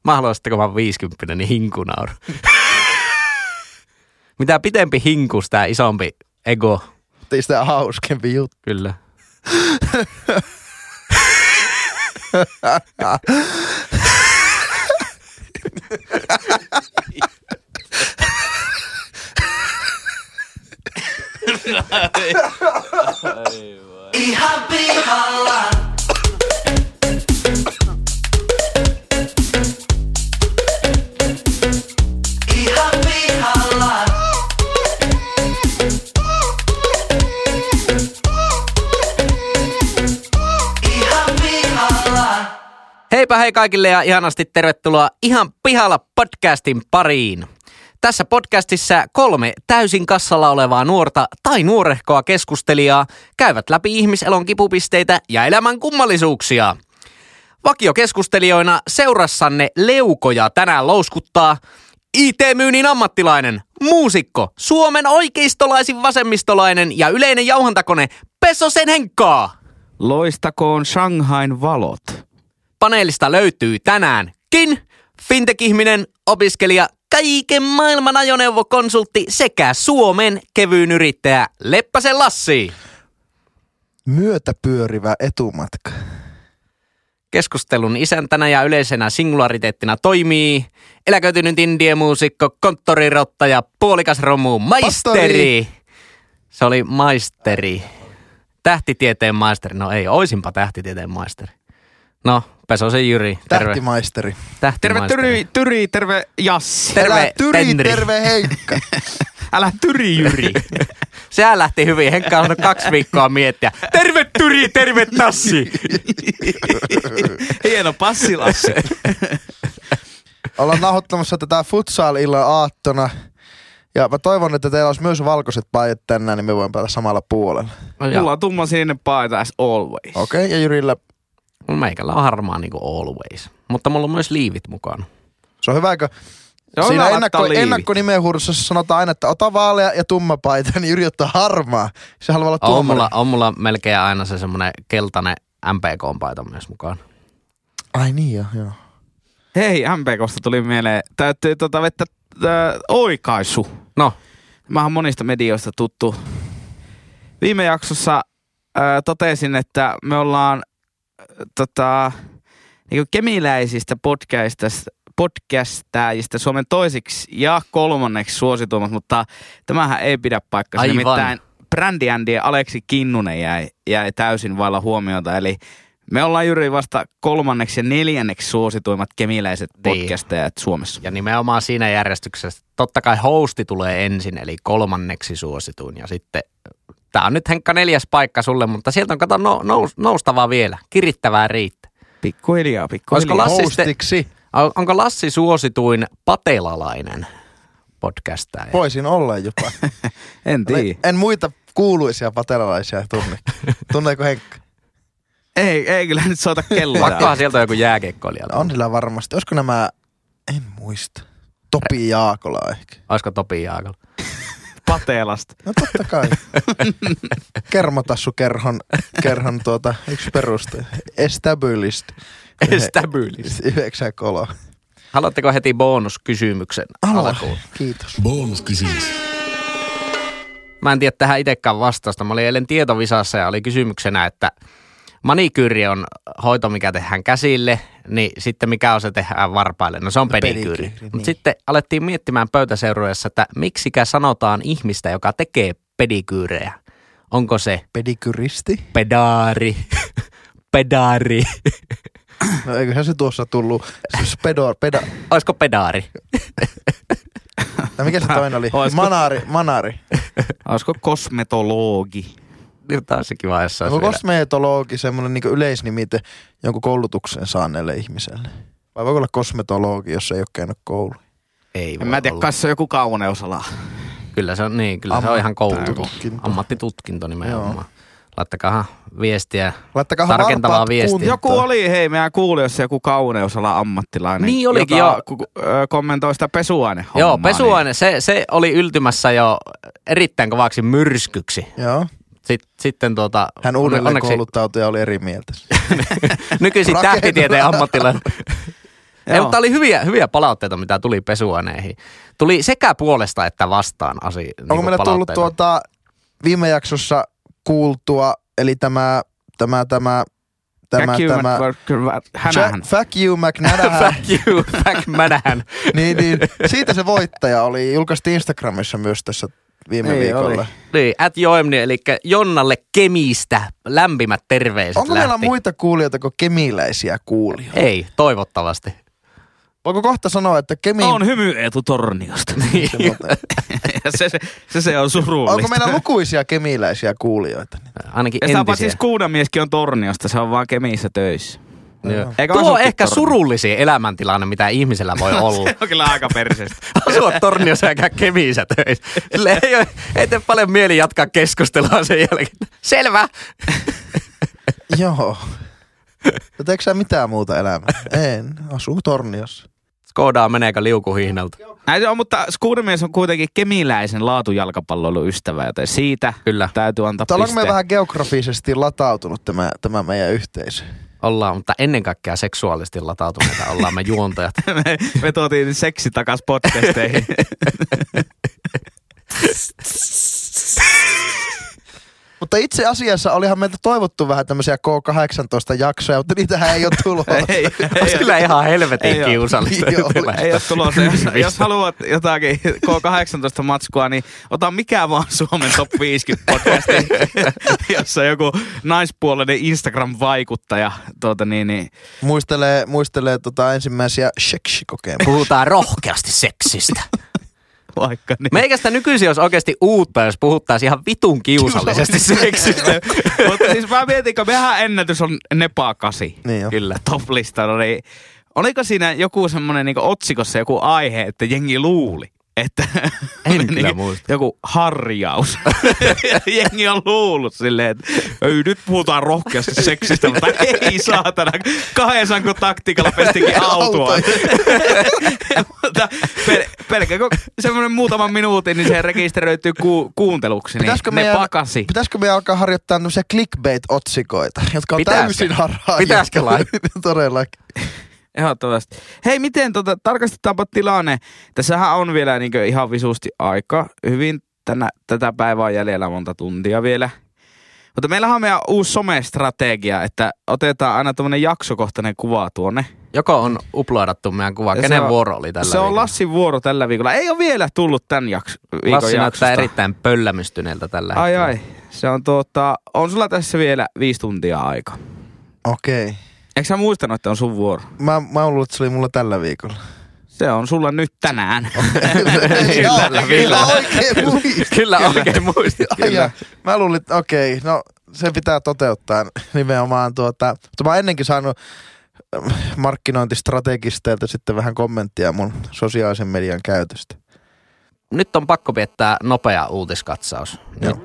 Mä haluan sitten, kun mä oon 50, niin hinkunauru. Mitä pitempi hinku, sitä isompi ego. Sitä hauskempi juttu. Kyllä. Ihan pihalla. Ihan pihalla. Ihan pihalla. Heipä hei kaikille ja ihanasti tervetuloa Ihan pihalla podcastin pariin. Tässä podcastissa 3 täysin kassalla olevaa nuorta tai nuorehkoa keskustelijaa käyvät läpi ihmiselon kipupisteitä ja elämän kummallisuuksia. Vakiokeskustelijoina seurassanne leukoja tänään louskuttaa IT-myynnin ammattilainen, muusikko, Suomen oikeistolaisin vasemmistolainen ja yleinen jauhantakone Pesosen Henkkaa. Loistakoon Shanghain valot. Paneelista löytyy tänäänkin fintech-ihminen, opiskelija, kaiken maailman ajoneuvokonsultti sekä Suomen kevyyn yrittäjä Leppäsen Lassi. Myötäpyörivä etumatka. Keskustelun isäntänä ja yleisenä singulariteettina toimii eläköitynyt indie-muusikko, konttorirottaja, puolikas romu, maisteri. Se oli maisteri. Tähtitieteen maisteri. No ei, oisinpa tähtitieteen maisteri. No, Pesosen Jyri. Terve. Tähtimaisteri. Terve Tyri, terve Jassi. Terve Penri. Terve Heikka. Älä Tyri Jyri. Sehän lähti hyvin. Henkka on 2 viikkoa miettiä. Terve Tyri, terve Tassi. Hieno passi Lassi. Ollaan nauhoittamassa tätä futsal-illan aattona. Ja mä toivon, että teillä olisi myös valkoiset paidat tänään, niin me voimme päätä samalla puolella. Mulla on tumma sininen paita as always. Okei, ja Jyrillä? Meikällä on harmaa niin kuin always. Mutta mulla on myös liivit mukana. Se on hyvä, kun on siinä hyvä ennakkonimeenhuudossa sanotaan aina, että ota vaalea ja tumma paita, niin Jyri ottaa harmaa. Se haluaa olla tuomari. On mulla melkein aina se semmoinen keltainen MPK-paita myös mukaan. Ai niin joo. Hei, MPKsta tuli mieleen. Täytyy vettä oikaisu. No. Mä oon monista medioista tuttu. Viime jaksossa totesin, että me ollaan niin kemiläisistä podcastajista Suomen toisiksi ja 3. suosituimmat, mutta tämähän ei pidä paikkaa. Nimittäin brändiändien Aleksi Kinnunen jäi täysin vailla huomiota, eli me ollaan Jyri vasta 3. ja 4. suosituimmat kemiläiset podcastajat Suomessa. Ja nimenomaan siinä järjestyksessä. Totta kai hosti tulee ensin, eli 3. suosituin. Ja sitten, tää on nyt Henkka 4. paikka sulle, mutta sieltä on kato noustavaa vielä. Kirittävää riittää. Pikkuhiljaa. Onko Lassi suosituin patelalainen podcastaja? Voisin olla jopa. En tiedä. En muita kuuluisia patelalaisia tunne. Tunneeko Henkka? Ei kyllä nyt soita kelloa. Pakkohan sieltä on joku jääkiekkoilija. On sillä varmasti. Olisiko nämä, en muista. Topi Jaakola ehkä. Olisiko Topi Jaakola? Patelasta. No totta kai. Kermatassukerhon yksi peruste. Established. 93. Haluatteko heti bonuskysymyksen alkuun? Kiitos. Bonuskysymys. Mä en tiedä tähän itsekään vastausta. Mä olin eilen tietovisassa ja oli kysymyksenä, että manikyyri on hoito, mikä tehdään käsille, niin sitten mikä on se tehdään varpaille? No se on pedikyyri. Niin. Mutta sitten alettiin miettimään pöytäseurueessa, että miksikä sanotaan ihmistä, joka tekee pedikyyrejä. Onko se pedikyristi? Pedaari. No eiköhän se tuossa tullut. Olisiko pedaari? Tai mikä se toinen oli? Manari. Olisiko kosmetologi? Niin taisikin vaiheessa. Onko kosmetologi semmoinen niin yleisnimite jonkun koulutuksen saaneelle ihmiselle? Vai voiko olla kosmetologi, jos ei ole käynyt koulu? Ei voi en mä tiedä, olla. kai se on joku kauneusala. Kyllä se on niin, kyllä se on ihan koulutus. Ammattitutkinto nimenomaan. Joo. Laittakahan viestiä, tarkentavaa viestiä. Joku oli, hei, meidän kuulijoissa joku kauneusala ammattilainen. Niin olikin jo. Kommentoi sitä pesuainehommaa. Joo, pesuaine, niin. se oli yltymässä jo erittäin kovaksi myrskyksi. Joo. Sitten hän uudelleen kouluttautui ja oli eri mieltä. Nykyisin tähtitieteen ammattilainen. Ei, mutta oli hyviä palautteita, mitä tuli pesuaineihin. Tuli sekä puolesta että vastaan Onko meillä tullut viime jaksossa kuultua, eli tämä Fuck you, McNanahan. Fuck McNanahan. niin, siitä se voittaja oli. Julkaistiin Instagramissa myös tässä viime viikolla. Oli. Niin, @joemni, eli Jonnalle Kemistä lämpimät terveiset. Onko meillä muita kuulijoita kuin kemiläisiä kuulijoita? Ei, toivottavasti. Voiko kohta sanoa, että on Hymy Eetu Torniosta. se on surullista. Onko meillä lukuisia kemiläisiä kuulijoita? Ainakin ja entisiä. Ja siis Kuudamieskin on Torniosta, se on vaan Kemissä töissä. Tuo on ehkä surullisin elämäntilanne, mitä ihmisellä voi olla. Se on kyllä aika perseestä. Asua Torniossa ja käy Kemissä töissä. Ei tee paljon mieli jatkaa keskustelua sen jälkeen. Selvä. Joo. Teekö sä mitään muuta elämää? En. Asuu Torniossa. Skodaa meneekö liukuhihnalta? Näin on, mutta Skuudamies on kuitenkin kemiläisen laatujalkapalloiluystävä, joten siitä kyllä täytyy antaa piste. Ollaanko me vähän geografisesti latautunut tämä meidän yhteisö? Ollaan, mutta ennen kaikkea seksuaalisesti latautuneita ollaan me juontajat. me tuotiin seksi takas podcasteihin. Mutta itse asiassa olihan meiltä toivottu vähän tämmöisiä K18-jaksoja, mutta niitähän ei ole tulossa. Olisi kyllä ihan helvetin kiusallista. Ei ole tulossa. Jos haluat jotakin K18-matskua, niin ota mikä vaan Suomen top 50 podcastin, jossa joku naispuolinen Instagram-vaikuttaja muistelee ensimmäisiä seksikokemuksia. Puhutaan rohkeasti seksistä. Vaikka niin. Meikästä nykyisin olisi oikeasti uutta, jos puhuttaisiin ihan vitun kiusallisesti seksistä. Mutta siis mä mietin, kun mehän ennätys on Nepaa 8. Niin kyllä. Top-listalla. Niin oliko siinä joku semmoinen niin otsikossa joku aihe, että jengi luuli, että en kyllä muista. Joku harjaus. Jengi on luullut silleen, että ei nyt puhutaan rohkeasti seksistä, mutta ei saatana. 200 taktiikalla pestikin autoa. Mutta pelkkä kun semmoinen muutaman minuutin, niin se rekisteröityy kuunteluksi, niin pakasi. Pitäisikö me alkaa harjoittaa tämmöisiä clickbait-otsikoita, jotka on täysin harhaa? Pitäisikö laittaa? Todellakin. Ehdottomasti. Hei, miten tarkastetaanpa tilanne. Tässähän on vielä ihan visusti aika hyvin. Tätä päivää on jäljellä monta tuntia vielä. Mutta meillähän on meidän uusi somestrategia, että otetaan aina tämmöinen jaksokohtainen kuva tuonne. Joko on uploadattu meidän kuva? Kenen vuoro oli tällä viikolla? Se on Lassin vuoro tällä viikolla. Ei ole vielä tullut tämän viikon Lassi jaksosta. näyttää erittäin pöllämystyneeltä tällä hetkellä. Ai. Se on on sulla tässä vielä 5 tuntia aika. Okei. Eikö sä muistanut, että on sun vuoro? Mä oon luullut, että se oli mulla tällä viikolla. Se on sulla nyt tänään. Kyllä oikein muistit. Mä luulin, että okei, no se pitää toteuttaa nimenomaan mutta mä oon ennenkin saanut markkinointistrategisteilta sitten vähän kommenttia mun sosiaalisen median käytöstä. Nyt on pakko viettää nopea uutiskatsaus.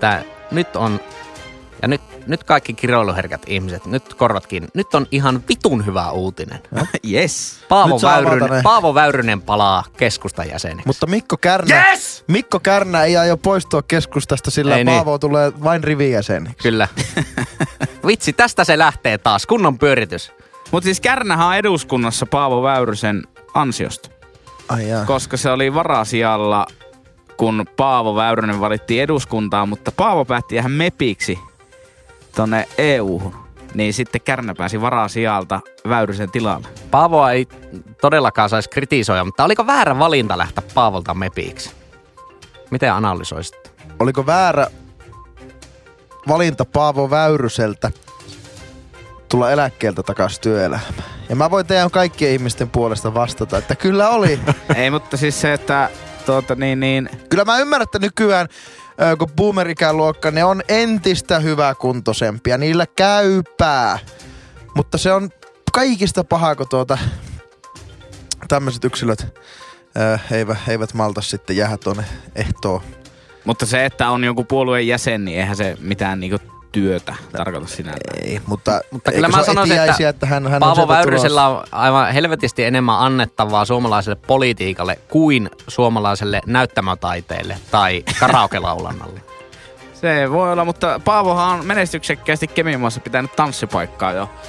Nyt kaikki kiroiluherkät ihmiset, nyt korvatkin, nyt on ihan vitun hyvä uutinen. Yes. Paavo Väyrynen palaa keskustan jäseneksi. Mutta Mikko Kärnä ei aio poistua keskustasta, sillä ei Paavo niin. Tulee vain rivijäseneksi. Kyllä. Vitsi, tästä se lähtee taas, kunnon pyöritys. Mutta siis Kärnähän on eduskunnassa Paavo Väyrysen ansiosta. Ai jaa. Koska se oli varasijalla, kun Paavo Väyrynen valittiin eduskuntaan, mutta Paavo päätti jäädä mepiksi tonne EU-hun, niin sitten Kärnä pääsi varasijalta Väyrysen tilalle. Paavoa ei todellakaan saisi kritisoida, mutta oliko väärä valinta lähteä Paavolta mepiksi? Miten analysoisit? Oliko väärä valinta Paavo Väyryseltä tulla eläkkeeltä takaisin työelämään? Ja mä voin teidän kaikkien ihmisten puolesta vastata, että kyllä oli. Ei, mutta siis se, että Kyllä mä ymmärrän, että nykyään kun boomer-ikäluokka, ne on entistä hyväkuntoisempia. Niillä käypää. Mutta se on kaikista pahaa, kun tämmöiset yksilöt eivät malta sitten jäädä tuonne ehtoon. Mutta se, että on joku puolueen jäsen, niin eihän se mitään niinku työtä tarkoita sinänsä. Ei, mutta kyllä mä sanoisin, että hän Paavo Väyrysellä on aivan helvetisti enemmän annettavaa suomalaiselle politiikalle kuin suomalaiselle näyttämötaiteelle tai karaoke-laulannalle. Se voi olla, mutta Paavohan on menestyksekkäästi Kemimaassa pitänyt tanssipaikkaa jo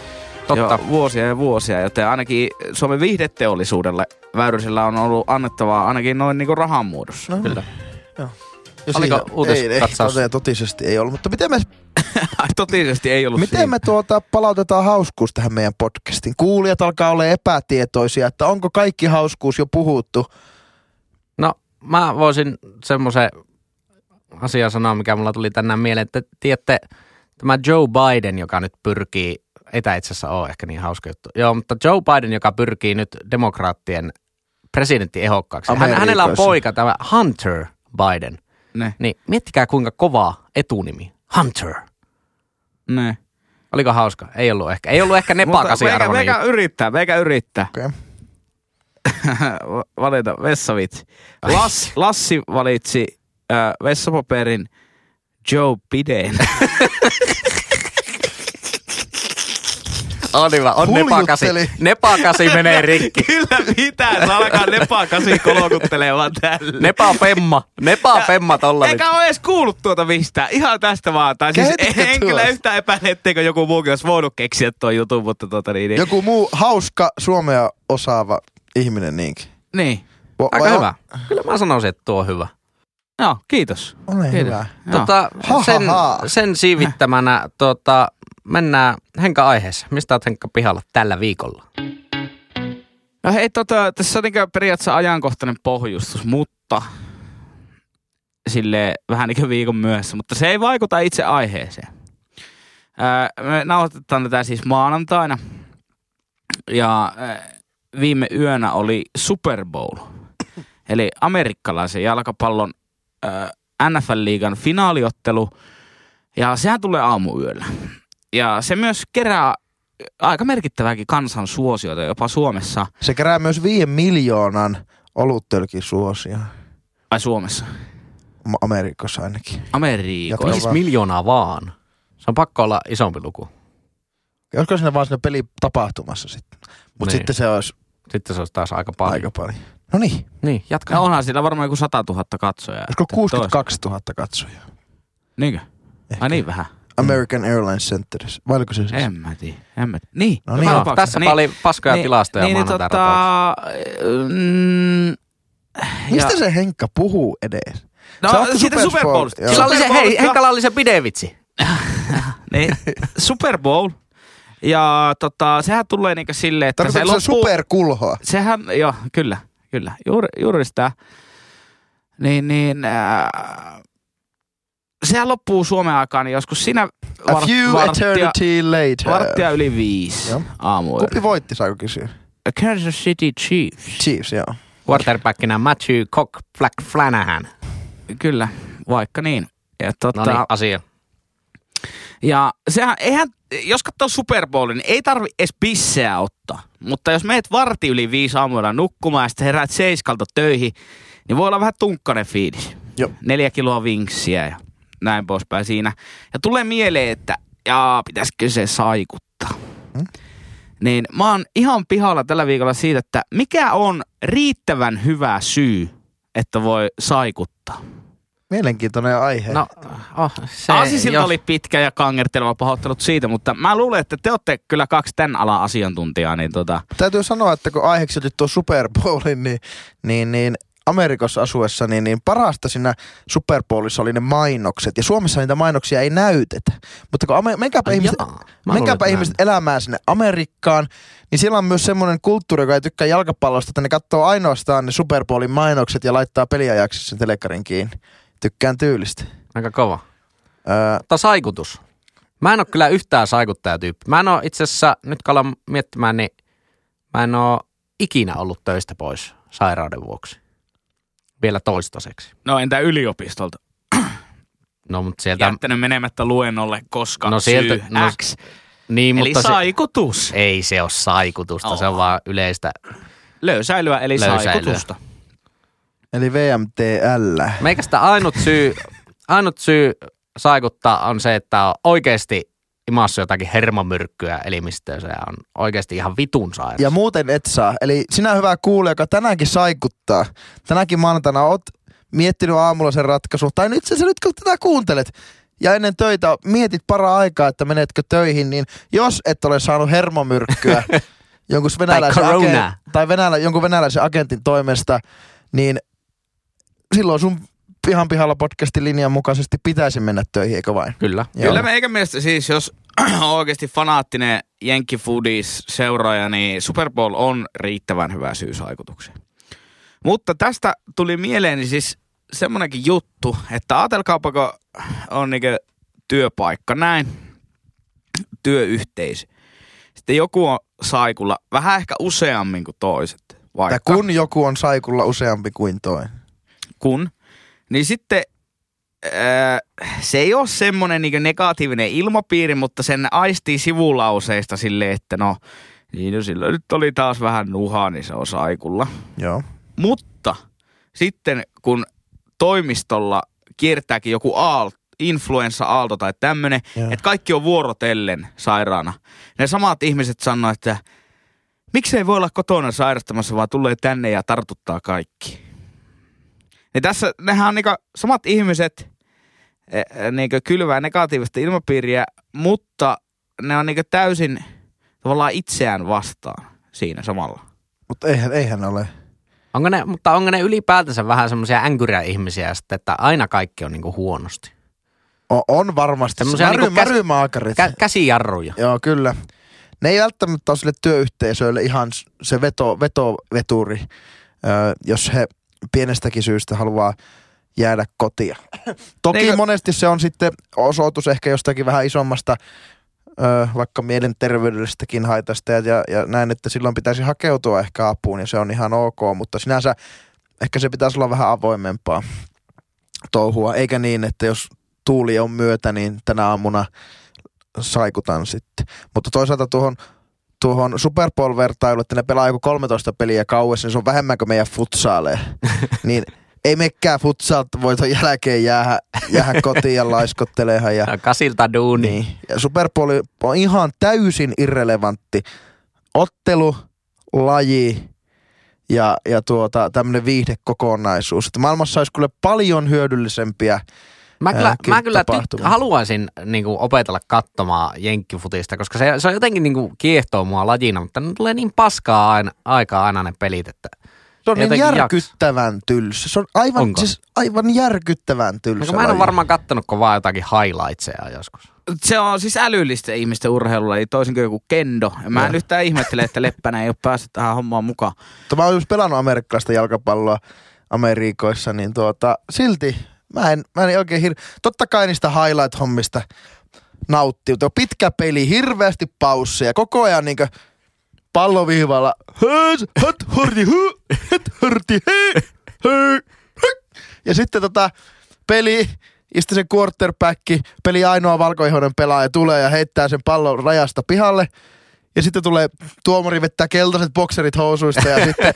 Totta. Jo vuosia ja vuosia, joten ainakin Suomen viihdeteollisuudelle Väyrysellä on ollut annettavaa ainakin noin niinku rahan muodossa. No. Kyllä. Joo. Oliko uutiskatsaus? Ei, totisesti ei ollut, mutta miten me Totisesti ei ollut Miten me palautetaan hauskuus tähän meidän podcastiin? Kuulijat alkaa olla epätietoisia, että onko kaikki hauskuus jo puhuttu. No, mä voisin semmoisen asian sanoa, mikä mulla tuli tänään mieleen, että tiedätte, tämä Joe Biden, joka nyt pyrkii, ei tämä itse asiassa ole ehkä niin hauska juttu. Joo, mutta Joe Biden, joka pyrkii nyt demokraattien presidenttiehokkaaksi. Hänellä on poika, tämä Hunter Biden. Ne. Niin miettikää kuinka kova etunimi. Hunter. Ne. Oliko hauska? Ei ollut ehkä. Ei ollut ehkä nepakasi-arvoinen juttu. Meikä yrittää. Okay. Valita vessavitsi. Lassi valitsi vessapaperin Joe Biden. On hyvä, on nepakasi. Nepakasi menee rikki. Kyllä mitään, se alkaa nepakasi kolokuttelemaan tälle. Nepafemma tolla nyt. Eikä ole edes kuullut tuota mistään. Ihan tästä vaan. Tai siis en kyllä yhtään epäile, etteikö joku muukin olisi voinut keksiä tuon jutun, mutta niin. Joku muu hauska suomea osaava ihminen niinkin. Niin. Aika hyvä. Kyllä mä sanoisin, että tuo on hyvä. Joo, kiitos. Ole hyvä. Sen siivittämänä mennään Henka aiheessa. Mistä oot Henkka pihalla tällä viikolla? No hei, tässä on periaatteessa ajankohtainen pohjustus, mutta silleen vähän niin kuin viikon myöhässä, mutta se ei vaikuta itse aiheeseen. Me nauhoitetaan tätä siis maanantaina ja viime yönä oli Super Bowl, eli amerikkalaisen jalkapallon NFL-liigan finaaliottelu, ja sehän tulee aamuyöllä. Ja se myös kerää aika merkittävääkin kansan suosiota, jopa Suomessa. Se kerää myös 5 miljoonan oluttölkin suosia. Ai Suomessa? Amerikassa ainakin. Amerikassa. 5 miljoonaa vaan. Se on pakko olla isompi luku. Olisiko siinä vaan siinä peli tapahtumassa sitten? Mutta Niin. sitten se olisi taas aika paljon. aika paljon. No niin. Niin, jatka. No onhan siinä varmaan joku 100 000 katsojaa. Olisiko 62 000 katsojaa? Niinkö? Ehkä. Ai niin vähän. American Airlines Centerissä. Vai oliko se siis? En mä tiedä. Niin. No niin. No, tässä paljon paskoja tilastoja maanantaina. Mistä se Henkka puhuu edes? No siitä Super Bowlista. Henkalla oli se pidevitsi. Niin, Super Bowl. Ja sehän tulee niinku silleen, että se loppuu... superkulhoa? Sehän, joo, kyllä. Juuri sitä. Sehän loppuu Suomen aikaan niin joskus siinä A few eternity later. 4:45 aamuilla. Kumpi voitti, saako kysyä? Kansas City Chiefs. Chiefs, joo. Quarterbackinä Matthew Flanagan. Kyllä, vaikka niin. Ja No niin, asia. Ja sehän, jos katsoo Super Bowlin, niin ei tarvi edes pisseä ottaa. Mutta jos meet 4:45 aamuilla nukkumaan ja sitten heräät 7 töihin, niin voi olla vähän tunkkainen fiilis. Joo. 4 kiloa vinksiä ja näin poispäin siinä. Ja tulee mieleen, että pitäisikö se saikuttaa. Niin mä oon ihan pihalla tällä viikolla siitä, että mikä on riittävän hyvä syy, että voi saikuttaa. Mielenkiintoinen aihe. No, Aasisilta oli pitkä ja kangerteleva, pahoittelut siitä, mutta mä luulen, että te olette kyllä 2 tämän alan asiantuntijaa. Niin Täytyy sanoa, että kun aiheeksi otit tuo Super Bowlin, niin Amerikassa asuessa, niin parasta siinä Super Bowlissa oli ne mainokset. Ja Suomessa niitä mainoksia ei näytetä. Mutta kun menkääpä ihmiset elämään sinne Amerikkaan, niin siellä on myös semmoinen kulttuuri, joka ei tykkää jalkapallosta, että ne katsoo ainoastaan ne Super Bowlin mainokset ja laittaa peliajaksi sen telekkarin kiinni. Tykkään tyylistä. Aika kova. Mutta saikutus. Mä en ole kyllä yhtään saikuttajatyyppi. Mä en ole itse asiassa, nyt kun aloin miettimään, niin mä en ole ikinä ollut töistä pois sairauden vuoksi. Vielä toistaiseksi. No entä yliopistolta? No mutta sieltä... Jättänyt menemättä luennolle, koska no sieltä, syy X. Niin, eli mutta saikutus. Ei se ole saikutusta, se on vaan yleistä... Löysäilyä eli saikutusta. Eli VMTL. Meikästä ainut syy saikuttaa on se, että on oikeasti imassa jotakin hermomyrkkyä elimistöön. Se on oikeasti ihan vitun sairas. Ja muuten et saa. Eli sinä hyvä kuulija, joka tänäänkin saikuttaa. Tänäänkin maanantaina oot miettinyt aamulla sen ratkaisun. Tai nyt kun tätä kuuntelet ja ennen töitä mietit aikaa, että menetkö töihin, niin jos et ole saanut hermomyrkkyä jonkun venäläisen agentin toimesta, niin silloin sun Ihan pihalla podcastin linjan mukaisesti pitäisi mennä töihin, eikö vain? Kyllä. Kyllä me eikä mielestä siis, jos on oikeasti fanaattinen Yankee Foodies seuraaja, niin Super Bowl on riittävän hyvä syysvaikutuksia. Mutta tästä tuli mieleeni siis semmonenkin juttu, että ajatelkaapa, kun on niinku työpaikka näin, työyhteisö. Sitten joku on saikulla vähän ehkä useammin kuin toiset. Vaikka. Tai kun joku on saikulla useampi kuin toinen. Niin sitten se ei ole semmoinen niin negatiivinen ilmapiiri, mutta sen aistii sivulauseista silleen, että niin silloin nyt oli taas vähän nuhaa, niin se on saikulla. Joo. Mutta sitten kun toimistolla kiertääkin joku influenssa-aalto tai tämmöinen, että kaikki on vuorotellen sairaana. Ne samat ihmiset sanoo, että miksei voi olla kotona sairastamassa, vaan tulee tänne ja tartuttaa kaikki. Niin tässä nehän on niinku samat ihmiset niinku kylvää negatiivista ilmapiiriä, mutta ne on niinku täysin tavallaan itseään vastaan siinä samalla. Mutta eihän ole. Onko ne ylipäätänsä vähän semmoisia änkyriä ihmisiä sitten, että aina kaikki on niinku huonosti? On varmasti. Märymaakarit. Käsijarruja. Joo, kyllä. Ne ei välttämättä ole sille työyhteisöille ihan se vetoveturi, jos he pienestäkin syystä haluaa jäädä kotia. Toki monesti se on sitten osoitus ehkä jostakin vähän isommasta, vaikka mielenterveydellistäkin haitasta ja näin, että silloin pitäisi hakeutua ehkä apuun ja se on ihan ok, mutta sinänsä ehkä se pitäisi olla vähän avoimempaa touhua, eikä niin, että jos tuuli on myötä, niin tänä aamuna saikutan sitten. Mutta toisaalta tuohon Super Bowl-vertailuun, että ne pelaa joku 13 peliä kauessa, niin se on vähemmän kuin meidän futsaalee. Niin ei mekään futsalta voiton jälkeen jäädä kotiin ja laiskottelemaan. Ja kasilta duuni. Niin. Ja Super Bowl on ihan täysin irrelevantti ottelu, laji ja tämmöinen viihdekokonaisuus. Että maailmassa olisi kyllä paljon hyödyllisempiä Mä kyllä haluaisin niinku opetella katsomaan jenkkifutista, koska se on jotenkin niinku kiehtoo mua lajina, mutta ne tulee niin paskaa aikaa aina ne pelit, että se on niin järkyttävän tylsä. Se on aivan järkyttävän tylsä. Mä en ole varmaan kattonut, kun vaan jotakin highlightseja joskus. Se on siis älyllistä ihmisten urheilulla, eli toisin kuin joku kendo. Mä en yhtään ihmettele, että Leppänen ei ole päässyt tähän hommaan mukaan. Mä oon just pelannut amerikkalaista jalkapalloa Amerikoissa, niin silti Mä en oikein totta kai niistä highlight-hommista nauttii. Tuo pitkä peli, hirveästi pausseja, koko ajan niinkö palloviivalla. Ja sitten peli, ja sitten se quarterback, peli ainoa valkoihoinen pelaaja tulee ja heittää sen pallon rajasta pihalle. Ja sitten tulee tuomari vettää keltaiset bokserit housuista ja sitten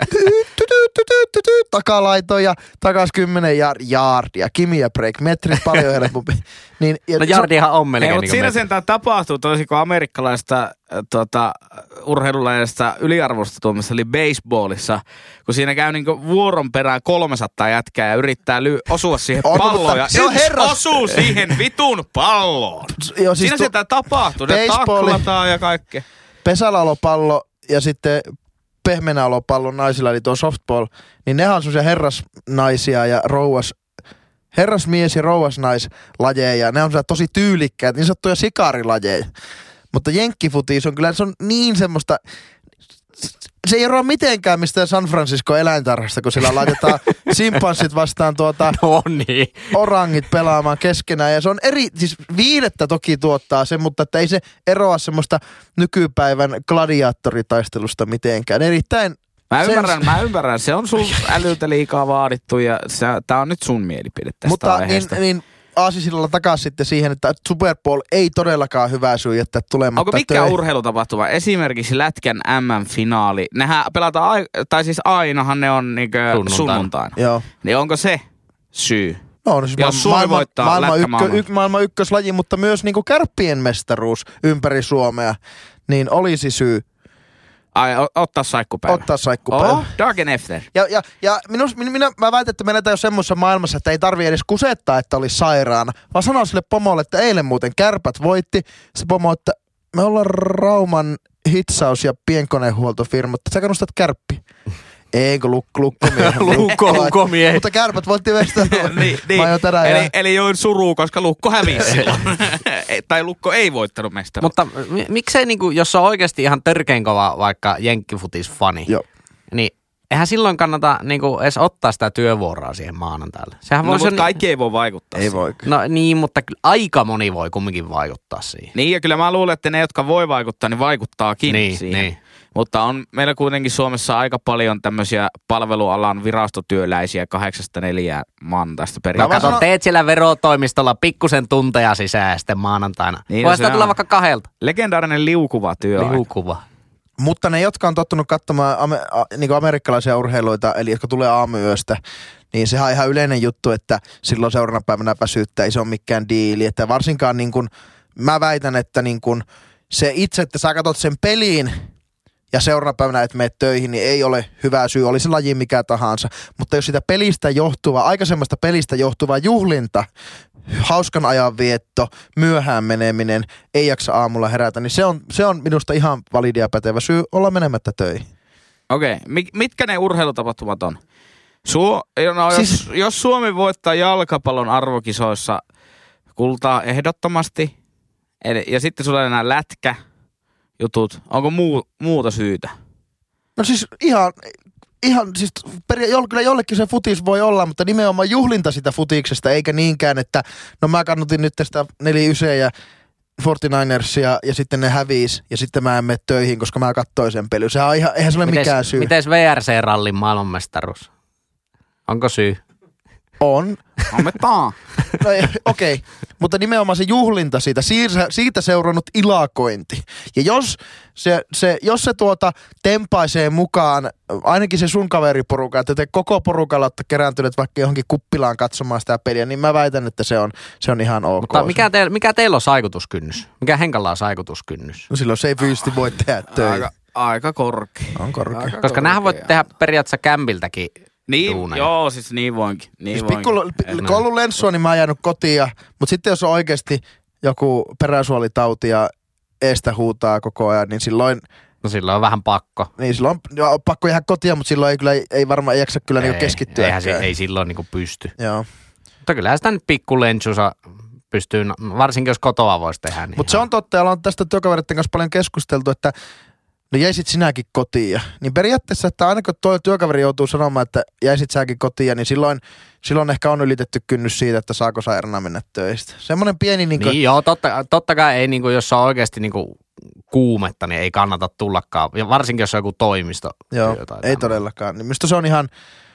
takalaitoon ja takas 10 jaardia. Kimiä break, metrit paljon helpompi. Niin, jaardihan on melkein. Mutta siinä sentään tapahtuu toisin kuin amerikkalaista urheilulajista yliarvosta tuomassa, eli baseballissa, kun siinä käy niinku vuoron perään 300 jätkää ja yrittää osua siihen palloon ja osuu siihen vitun palloon. Joo, siis siinä sentään tapahtuu, ne taklataan ja kaikkea. Pesälaulopallo ja sitten pehmeänäolopallon naisilla, eli tuo softball, niin nehän on semmoisia herrasnaisia ja herrasmies- ja rouvasnaislajeja. Ne on tosi tyylikkäät, niin sanottuja sikarilajeja. Mutta jenkkifutis on kyllä, se on niin semmoista, se ei eroa mitenkään mistään San Francisco eläintarhasta, kun sillä laitetaan simpanssit vastaan orangit pelaamaan keskenään. Ja se on siis viidettä toki tuottaa se, mutta että ei se eroa semmoista nykypäivän gladiaattoritaistelusta mitenkään. Erittäin Mä ymmärrän. Se on sun älyltä liikaa vaadittu ja tää on nyt sun mielipide tästä aiheesta. Niin aasisillalla takaisin sitten siihen, että Super Bowl ei todellakaan hyvä syy jättää tulematta. Onko mikään urheilutapahtuma? Esimerkiksi Lätkän MM-finaali. Nehän pelataan, tai siis ainahan ne on niinkö sunnuntaina. Joo. Niin onko se syy? No, siis jos Suomi voittaa maailman ykköslaji, mutta myös niinku kärppien mestaruus ympäri Suomea, niin olisi syy. Ottaa saikkupäivä. Ottaa saikkupäivä. Oh, Dagen efter. Ja mä väitän, että me eletään jo semmoisessa maailmassa, että ei tarvii edes kusettaa, että oli sairaana, vaan sanoa sille pomolle, että eilen muuten Kärpät voitti. Se pomo, että me ollaan Rauman hitsaus- ja pienkonehuoltofirma, että sä kannustat Kärppi. Eikö lukkomiehet. Mutta Kärpät voitti Westeroon. niin. Eli join suruu, koska Lukko hävisi silloin. Tai Lukko ei voittanut mestaruutta. Mutta miksei niinku, jos on oikeasti ihan törkein kova vaikka jenkkifutis-fani, niin eihän silloin kannata niinku edes ottaa sitä työvuoroa siihen maanantaille. Sehän mutta kaikki ei voi vaikuttaa ei voi. No niin, mutta aika moni voi kumminkin vaikuttaa siihen. Niin, ja kyllä mä luulen, että ne, jotka voi vaikuttaa, niin vaikuttaakin siihen. Niin. Mutta on meillä kuitenkin Suomessa aika paljon tämmöisiä palvelualan virastotyöläisiä 8-4 maanantaista periaatteessa. No teet siellä verotoimistolla pikkusen tunteja sisään sitten maanantaina. Niin, voi sitä tulla vaikka 2. Legendaarinen liukuva työ. Liukuva. Mutta ne, jotka on tottunut katsomaan niinku amerikkalaisia urheiluita, eli jotka tulee aamuyöstä, niin sehän on ihan yleinen juttu, että silloin seuraavana päivänä väsyttää, ei se ole mikään diili. Että varsinkaan niin kun, mä väitän, että niin kun se itse, että sä katsot sen peliin, ja seuraavana päivänä et mene töihin, niin ei ole hyvä syy, oli se laji mikä tahansa. Mutta jos sitä pelistä johtuva, aikaisemmasta pelistä johtuva juhlinta, hauskan ajan vietto, myöhään meneminen, ei jaksa aamulla herätä, niin se on minusta ihan validia pätevä syy olla menemättä töihin. Okei, mitkä ne urheilutapahtumat on? Jos Suomi voittaa jalkapallon arvokisoissa kultaa ehdottomasti, ja sitten sulla on enää lätkäjutut, onko muuta syytä? No siis ihan siis kyllä jollekin se futis voi olla, mutta nimenomaan juhlinta sitä futiksesta, eikä niinkään, että no mä kannutin nyt tästä 4-9 ja 49ersia ja sitten ne häviis ja sitten mä en mene töihin, koska mä katsoin sen pelin. Sehän on eihän se ole mikään syy. Mites VRC-rallin maailmanmestaruus? Onko syy? On. No, okei. Mutta nimenomaan se juhlinta siitä seurannut ilakointi. Ja jos se tempaisee mukaan, ainakin se sun kaveriporukka, että te koko porukalla olette kerääntyneet vaikka johonkin kuppilaan katsomaan sitä peliä, niin mä väitän, että se on ihan ok. Mutta mikä teillä on saikutuskynnys? Mikä Henkalla on saikutuskynnys? No silloin se ei fyysisesti voi tehdä töitä. Aika korkea. On korkea. Koska nämähän voit tehdä periaatteessa kämpiltäkin. Niin, joo, siis niin voinkin. Kun on ollut lenssua, niin mä oon jäänyt kotiin, mutta sitten jos on oikeasti joku peräsuolitauti ja eestä huutaa koko ajan, niin silloin... No silloin on vähän pakko. Niin silloin on pakko jäädä kotiin, mutta silloin ei varmaan jaksa kyllä niinku keskittyä. Ei silloin niinku pysty. Joo. Mutta kyllähän sitä nyt pikkulentsussa pystyy, varsinkin jos kotoa voisi tehdä. Niin mutta se on totta, ja ollaan tästä työkaveritten kanssa paljon keskusteltu, että no jäisit sinäkin kotiin. Niin periaatteessa, että aina kun tuo työkaveri joutuu sanomaan, että jäisit säkin kotiin, niin silloin ehkä on ylitetty kynnys siitä, että saako sairaana mennä töistä. Semmoinen pieni... Niin joo, totta kai ei, jos on oikeasti kuumetta, niin ei kannata tullakaan. Ja varsinkin, jos on joku toimisto. Joo, ei todellakaan. Niin minusta se on ihan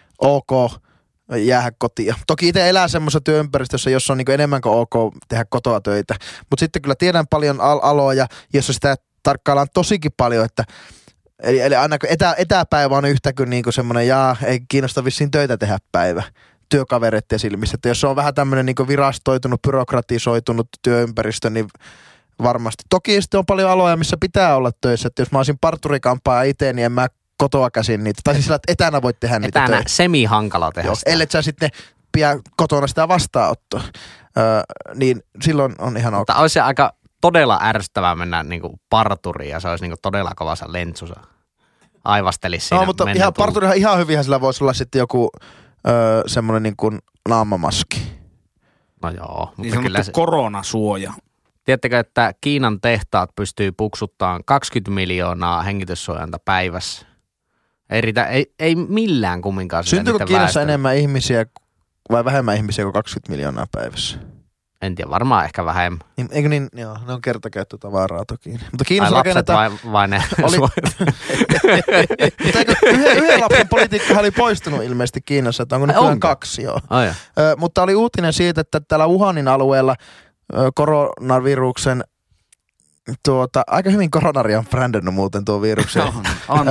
ok jäädä kotiin. Toki itse elää semmoisessa työympäristössä, jossa on enemmän kuin ok tehdä kotoa töitä. Mutta sitten kyllä tiedän paljon aloja, jossa sitä tarkkaillaan tosikin paljon, että eli aina kun etäpäivä on yhtä kuin semmoinen, ei kiinnosta vissiin töitä tehdä päivä työkavereiden silmissä. Että jos se on vähän tämmöinen virastoitunut, byrokratisoitunut työympäristö, niin varmasti. Toki sitten on paljon aloja, missä pitää olla töissä. Että jos mä olisin parturikampaaja itse, niin en mä kotoa käsin niitä. Tai siis sillä, että etänä voit tehdä niitä töitä. Etänä semi-hankala tehdä sitä. Ellet sä sitten pidä kotona sitä vastaanottoa. Niin silloin on ihan ok. Mutta olisi se aika todella ärsyttävää mennä parturiin ja se olisi todella kovassa lentsussa. Aivastelisi siinä. No, mutta parturihan ihan hyvinhän sillä voisi olla sitten joku semmoinen naamamaski. No joo. Mutta niin kyllä se koronasuoja. Tiedättekö, että Kiinan tehtaat pystyy puksuttamaan 20 miljoonaa hengityssuojanta päivässä? Ei millään kumminkaan. Syntyykö Kiinassa enemmän ihmisiä vai vähemmän ihmisiä kuin 20 miljoonaa päivässä? En tiedä, varmaan ehkä vähemmän. Eikö niin? Joo, ne on kertakäyttötavaraa toki. Mutta Kiinassa rakennetaan... vai ne yhden lapsen politiikka oli poistunut ilmeisesti Kiinassa, että onko nyt 2, joo. Mutta oli uutinen siitä, että täällä Wuhanin alueella koronaviruksen aika hyvin koronaria on brändännyt muuten tuo viruksen. On.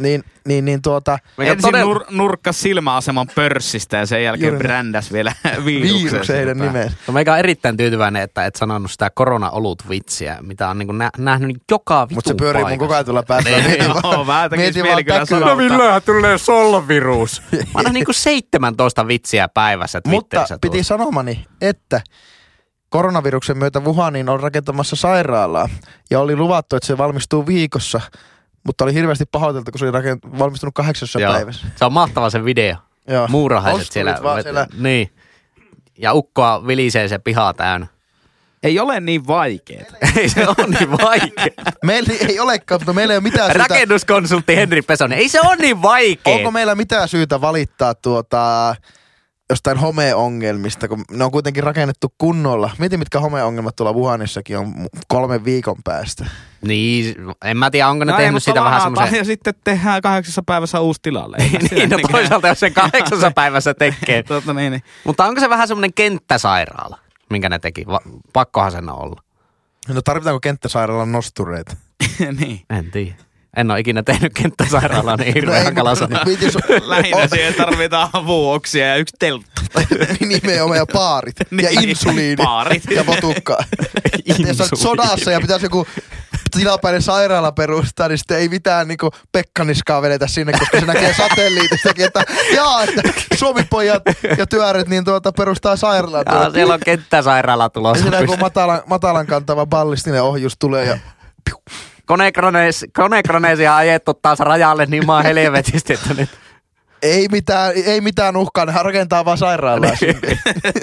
Ensin nurkkas silmäaseman pörssistä ja sen jälkeen brändäs vielä viruksen heidän nimensä. No meikä on erittäin tyytyväinen, että et sanonut sitä korona-olut-vitsiä, mitä on niinku nähnyt joka vitun mutta se pyörii mun koko ajan tulla päästä. Mietin vaan no milloinhan tulee solvirus? Mä annan niinku 17 vitsiä päivässä Twitterissä. Mutta piti sanomani, että koronaviruksen myötä Wuhanin on rakentamassa sairaalaa ja oli luvattu, että se valmistuu viikossa, mutta oli hirveästi pahoiteltu, kun se oli valmistunut 8 päivässä. Se on mahtava se video. Joo. Muurahaiset siellä. Niin. Ja ukkoa vilisee se pihaa täynnä. Ei ole niin vaikeeta. Ei se ole niin vaikeeta. Meillä ei olekaan, mutta meillä ei ole mitään syytä. Rakennuskonsultti Henri Pesonen. Ei se ole niin vaikeeta. Onko meillä mitään syytä valittaa jostain homeongelmista, kun ne on kuitenkin rakennettu kunnolla. Mieti, mitkä homeongelmat tuolla Wuhanissakin on 3 viikon päästä. Niin, en mä tiedä, onko ne tehnyt sitä vähän semmoisen. Ja sitten tehdään 8 päivässä uusi tilalle. Niin, no toisaalta jos sen 8 päivässä tekee. niin. Mutta onko se vähän semmoinen kenttäsairaala, minkä ne teki? Pakkohan sen olla. No tarvitaanko kenttäsairaalan nostureita? Niin. En tiedä. En ole ikinä tehnyt kenttäsairaalaa, niin hirveän hankala sanoa. Lähinnä siihen tarvitaan avuoksia ja yksi teltta. Nimenomaan ja paarit. Ja insuliini. Paarit. Ja votukkaa. Jos olet sodassa ja pitäisi joku tilapäinen sairaala perustaa, niin sitten ei mitään niinku Pekkaniskaa vedetä sinne, koska se näkee satelliitistakin, että Suomi-pojat ja työret niin perustaa sairaalaa. Jaa, siellä on kenttäsairaala tulossa. Ja siinä kun matalan kantava ballistinen ohjus tulee ja Konekraneesia ajettu taas rajalle niin maan helvetisti, että nyt. Ei mitään uhkaa, ne rakentaa vaan sairaalaa sinne.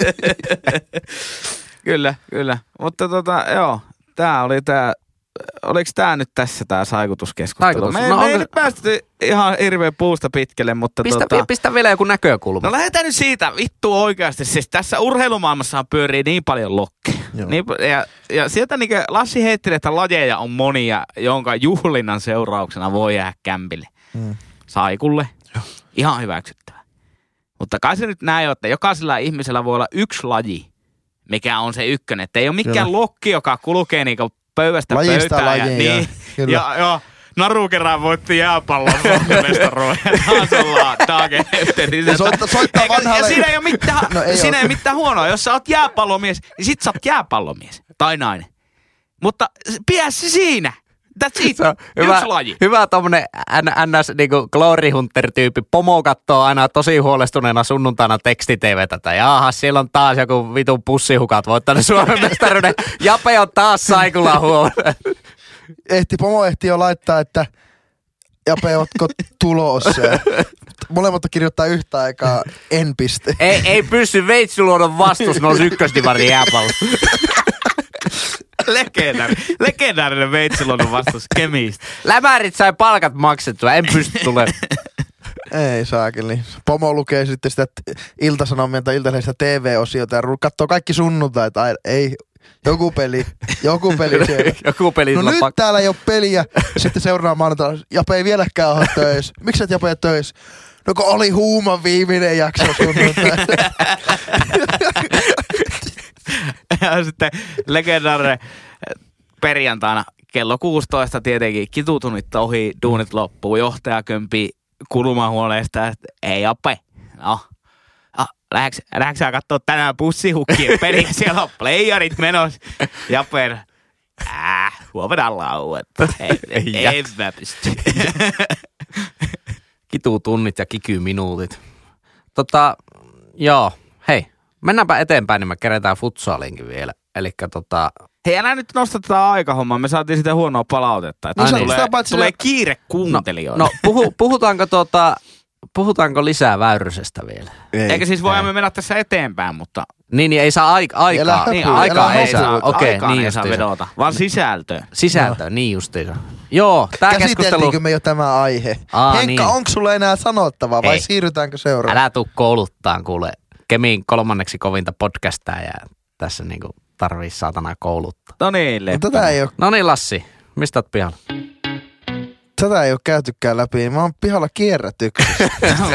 Kyllä. Mutta joo, tää oli tää. Oliko tää nyt tässä tää saikutuskeskustelu? Me ei nyt päästy ihan hirveän puusta pitkälle, mutta Pistä vielä joku näkökulma. No lähdetään nyt siitä, vittu oikeasti. Siis tässä urheilumaailmassa pyörii niin paljon lokkeja. Niin, ja sieltä niin Lassi heitteli, että lajeja on monia, jonka juhlinnan seurauksena voi jäädä kämpille. Saikulle. Ihan hyväksyttävä. Mutta kai se nyt näin, että jokaisella ihmisellä voi olla yksi laji, mikä on se ykkönen. Että ei ole mikään lokki, joka kulkee niinku pöydästä pöytään. Ja Naru kerran voitti jääpallon Suomen-mestaruuden. Ja siinä ei ole mitään huonoa. Jos sä oot jääpallomies, niin sit sä oot jääpallomies. Tai nainen. Mutta pidä se siinä. That's it. Yksi laji. Hyvä tommonen NS niinku Glory Hunter-tyyppi. Pomo kattoo aina tosi huolestuneena sunnuntaina teksti-TVtä. Tai jaahas, siellä on taas joku vitun pussihukat voittanut Suomen mestaruuden. Jape on taas saikulla huomenna. Pomo ehti jo laittaa, että Jape, ootko tulossa? Molemmat kirjoittaa yhtä aikaa en piste. Ei pysty Veitsiluodon vastus nousi ykkösdivarin jääpallo. Legendaarinen Veitsiluodon vastus Kemistä. Lämärit sai palkat maksettua, en pysty tulemaan. Ei saakeli. Pomo lukee sitten sitä Ilta-Sanomien tai Iltalehdestä TV-osiota ja katsoo kaikki sunnuntaita. Ei, joku peli siellä. Joku peli. No nyt täällä ei ole peliä. Sitten seuraava maanantaina. Jape ei vieläkään ole töissä. Miksi et Jape töissä? No kun oli huuman viimeinen jakso sunnuntaina. Ja sitten legendaarinen perjantaina kello 16 tietenkin kitutunnit ohi, duunit loppuu, johtaja kömpii kulmahuoneesta, että ei Jape, no. Lähdätkö sä kattoo tänään pussihukkien peliä? Siellä on playerit menossa. Japer, huomenna lauet. Ei mä pysty. Kitutunnit ja kikyminuutit. Joo, hei. Mennäänpä eteenpäin, niin me kerätään futsaalinkin vielä. Elikkä Hei, älä nyt nosta tätä aikahommaa. Me saatiin sitä huonoa palautetta. Tulee kiire kuuntelijoille. No puhutaanko lisää Väyrysestä vielä? Eikä siis voimme mennä tässä eteenpäin, mutta Niin ei saa aikaa. Aikaa ei saa. Okei, niin ei saa vedota, vaan sisältöön. Sisältöön, niin justiinsa. Joo, tää keskustelu. Käsiteltiinkö me jo tämä aihe? Henkka, niin. Onko sulla enää sanottavaa vai siirrytäänkö seuraavaan? Älä tuu kouluttaan, kuule. Kemin 3. kovinta podcastaa ja tässä niinku tarvii saatana kouluttaa. No niin, Tätä ei ole. No niin, Lassi, mistä oot pihalla? Tätä ei ole käytykään läpi. Mä oon pihalla kierrätyksessä.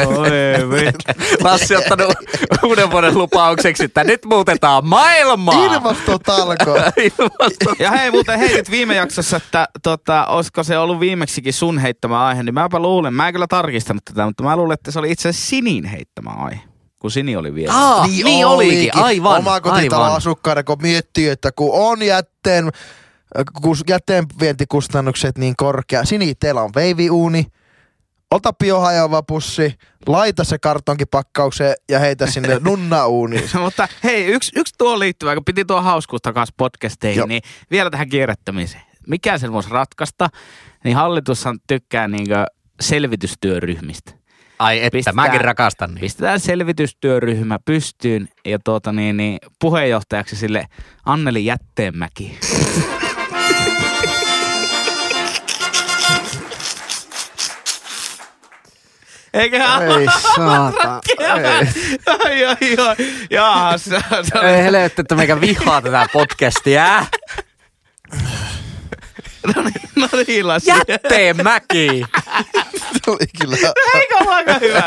Lassi ottanut uuden vuoden lupaukseksi, että nyt muutetaan maailmaa. Ilmastotalko. Ja hei, muuten heitit viime jaksossa, että olisiko se ollut viimeksikin sun heittämä aihe, niin mäpä luulen, mä en kyllä tarkistanut tätä, mutta mä luulen, että se oli itse asiassa Sinin heittämä aihe, kun Sini oli vielä. Niin olikin, aivan. Omakotitalon asukkaiden, kun miettii, että kun on jätteenvientikustannukset niin korkea. Sini, teillä on veiviuuni, ota biohajoava pussi, laita se kartonkipakkaukseen ja heitä sinne nunnauuniin. Mutta hei, yksi tuo liittyvä, kun piti tuo hauskuus takaisin podcasteihin, niin vielä tähän kierrättämiseen. Mikä sen voisi ratkaista, niin hallitushan tykkää niinkö selvitystyöryhmistä. Ai että, mäkin rakastan niin. Pistetään selvitystyöryhmä pystyyn ja puheenjohtajaksi sille Anneli Jätteenmäki. Eiköhän Ei saata. Ai. Jaas. Ei helvetti, että meikä vihaa tätä podcastia. No niin, Lassi. Jätteenmäki. Oli kyllä. Eikö ole aika hyvä?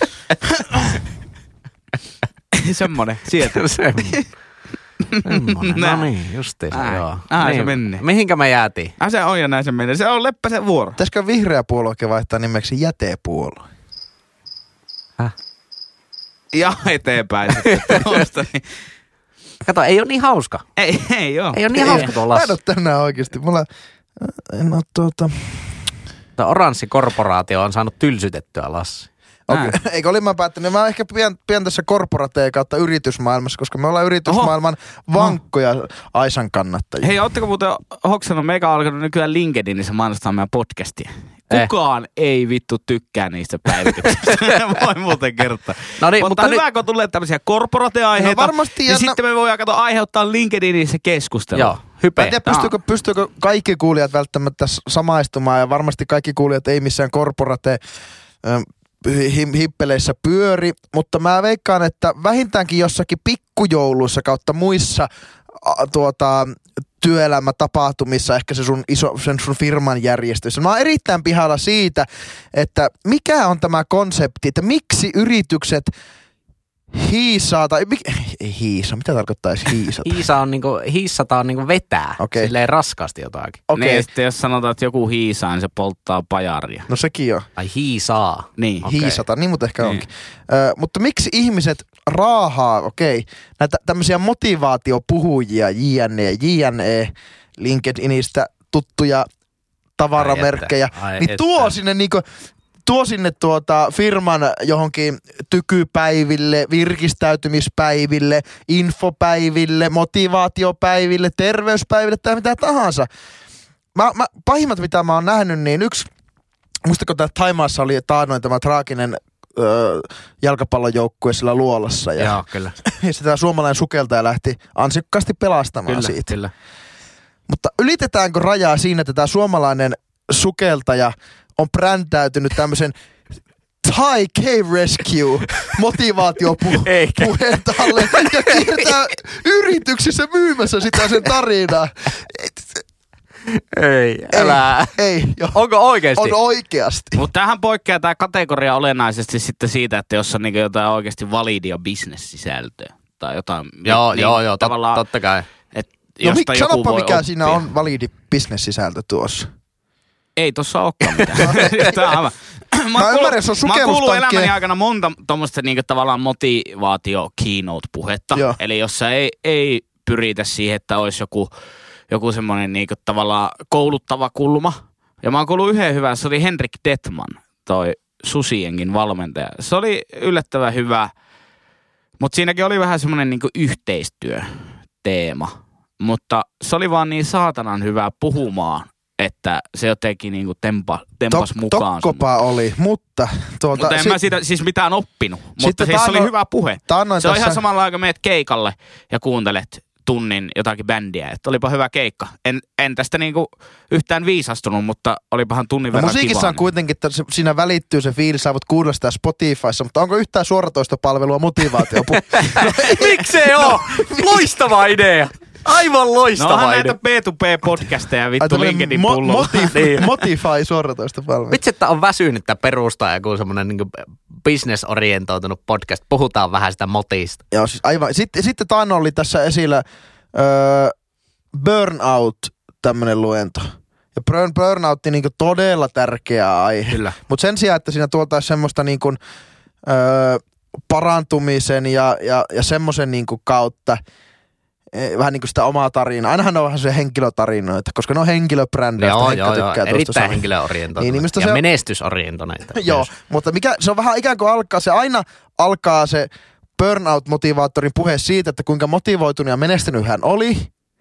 Semmonen, sieltä. Semmonen. No niin, justiinsa, joo. Niin. Se meni. Mihinkä me jäätiin? Se on ja näin se meni. Se on Leppäsen vuoro. Pitäisikö vihreä puoluekin vaihtaa nimeksi jätepuolue? Ja eteenpäin sitten. Kato, ei ole niin hauska. Ei oo. Ei ole niin hauska tuo Mä Lassi. en oo tänään oikeesti. Mulla en oo Oranssi korporaatio on saanut tylsytettyä Lassi. Okay. Eikö oli mä päättänyt, mä ehkä pian tässä korporateen kautta yritysmaailmassa, koska me ollaan yritysmaailman vankkoja Aisan kannattajia. Hei, ootteko muuten hoksannut, meikä on alkanut nykyään LinkedInissä mainostaa meidän podcastia. Kukaan ei vittu tykkää niistä päivityksistä. Voi muuten kertoa. No niin, mutta hyvä, kun tulee tämmöisiä korporateaiheita, no varmasti, niin sitten me voidaan aiheuttaa LinkedInissä keskustelua. Joo, hype. Mä en tiedä, pystyykö kaikki kuulijat välttämättä samaistumaan, ja varmasti kaikki kuulijat ei missään korporate hippeleissä pyöri, mutta mä veikkaan, että vähintäänkin jossakin pikkujouluissa kautta muissa työelämätapahtumissa, ehkä se sun firman järjestöissä. Mä oon erittäin pihalla siitä, että mikä on tämä konsepti, että miksi yritykset mitä tarkoittaa edes hiisata? Hiissata on niinku vetää, silleen raskaasti jotakin. Niin, sitten jos sanotaan, että joku hiisaa, niin se polttaa pajaria. No sekin on. Ai hiisaa. Niin. Hiisata, niin mutta ehkä onkin. Mutta miksi ihmiset raahaa, näitä tämmöisiä motivaatiopuhujia, JNE, LinkedInistä tuttuja tavaramerkkejä, tuo sinne firman johonkin tykypäiville, virkistäytymispäiville, infopäiville, motivaatiopäiville, terveyspäiville tai mitä tahansa. Pahimmat mitä mä oon nähnyt, niin muistatko tää Thaimaassa oli taannoin tämä traaginen jalkapallojoukkue sillä Luolassa. Joo, kyllä. Ja sitä suomalainen sukeltaja lähti ansiokkaasti pelastamaan siitä. Kyllä. Mutta ylitetäänkö rajaa siinä, että tämä suomalainen sukeltaja on brändäytynyt tämmöisen Thai Cave Rescue motivaatiopuheen talle ja kiertää yrityksissä myymässä sitä sen tarinaa. Ei. Onko oikeasti? On oikeasti. Mutta tämähän poikkeaa tämä kategoria olennaisesti sitten siitä, että jos on niinku jotain oikeasti validia business-sisältöä tai jotain. Joo, totta kai. Sanoppa mikä siinä on validi business-sisältö tuossa. Ei tossa olekaan mitään. Mä ymmärrän, se on mä oon kuullut elämäni aikana monta tommoista niinku tavallaan motivaatio keynote-puhetta. Joo. Eli jossa ei pyritä siihen, että olisi joku semmoinen niinku tavallaan kouluttava kulma. Ja mä oon kuullut yhden hyvän, se oli Henrik Detman, toi Susienkin valmentaja. Se oli yllättävän hyvä, mutta siinäkin oli vähän semmoinen niinku yhteistyöteema. Mutta se oli vaan niin saatanan hyvä puhumaan, että se jotenkin niinku tempas mukaan. Tokkopa oli, mutta mutta en mä siitä siis mitään oppinut. Mutta siis se oli hyvä puhe. Se on ihan samalla aikaa meet keikalle ja kuuntelet tunnin jotakin bändiä. Että olipa hyvä keikka. En tästä niinku yhtään viisastunut, mutta olipahan tunnin verran musiikissa kivaa. On kuitenkin, että siinä välittyy se fiilis, sä voit kuunnella sitä Spotifyssa, mutta onko yhtään suoratoistopalvelua motivaatiopuhe? Miksei oo? Loistava idea! Aivan loistava No idea. näitä B2B-podcasteja vittu LinkedIn pullolla. Motify suoratoista palvelu. Vitsi, että on väsynyttä perustaa joku semmoinen niin business-orientoitunut podcast. Puhutaan vähän sitä motista. Joo, siis aivan. Sitten taannoin oli tässä esillä burnout, tämmönen luento. Ja burnout on niinku todella tärkeä aihe. Kyllä. Mutta sen sijaan, että siinä tuotaisiin semmoista niinku, parantumisen ja semmoisen niinku kautta vähän niinku sitä omaa tarinaa. Ainahan on vähän se henkilötarinoita, koska ne on henkilöbrändejä. Joo. Erittäin henkilöorientoituneita niin, ja se menestysorientoituneita. Joo, mutta se on vähän ikään kuin aina alkaa se burnout-motivaattorin puhe siitä, että kuinka motivoitunut ja menestynyt hän oli.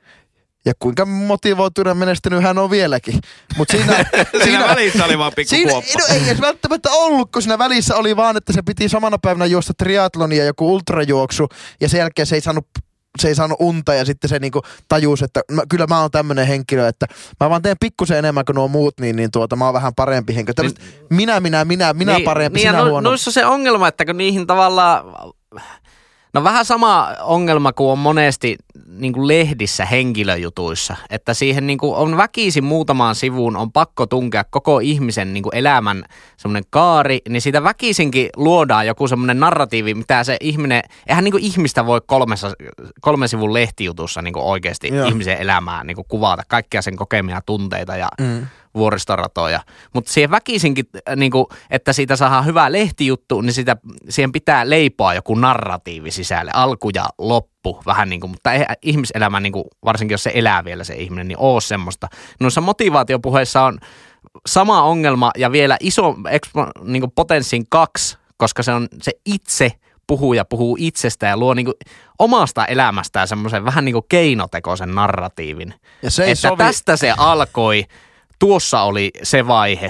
Ja kuinka motivoitunut ja menestynyt hän on vieläkin. Mutta siinä välissä oli vaan pikku kuoppa. No ei edes välttämättä ollut, kun siinä välissä oli vaan, että se piti samana päivänä juosta triatloni ja joku ultrajuoksu. Ja sen jälkeen se ei saanut unta ja sitten se niinku tajusi, että kyllä mä oon tämmönen henkilö, että mä vaan teen pikkusen enemmän kuin nuo muut, niin mä oon vähän parempi henkilö. Tällaista minä parempi, sinä huono. Noissa on se ongelma, että kun niihin tavallaan... No vähän sama ongelma kuin on monesti niin kuin lehdissä henkilöjutuissa, että siihen niin kuin on väkisin muutamaan sivuun on pakko tunkea koko ihmisen niin kuin elämän semmoinen kaari, niin siitä väkisinkin luodaan joku semmoinen narratiivi, mitä se ihminen, eihän niin kuin ihmistä voi 3 sivun lehtijutussa niin kuin oikeasti ihmisen elämää niin kuin kuvata, kaikkia sen kokemia tunteita ja vuoristoratoja. Mutta siihen väkisinkin, niin kuin, että siitä saadaan hyvä lehtijuttu, niin siihen pitää leipoa joku narratiivi sisälle, alku ja loppu vähän niin kuin, mutta ei ihmiselämä, niin kuin, varsinkin jos se elää vielä se ihminen, niin ole semmoista. Noissa motivaatiopuheissa on sama ongelma ja vielä iso niin kuin potenssin 2, koska se on se itse puhuja puhuu itsestä ja luo niin kuin omasta elämästään semmoisen vähän niin kuin keinotekoisen narratiivin. Ja se ei että tästä se alkoi. Tuossa oli se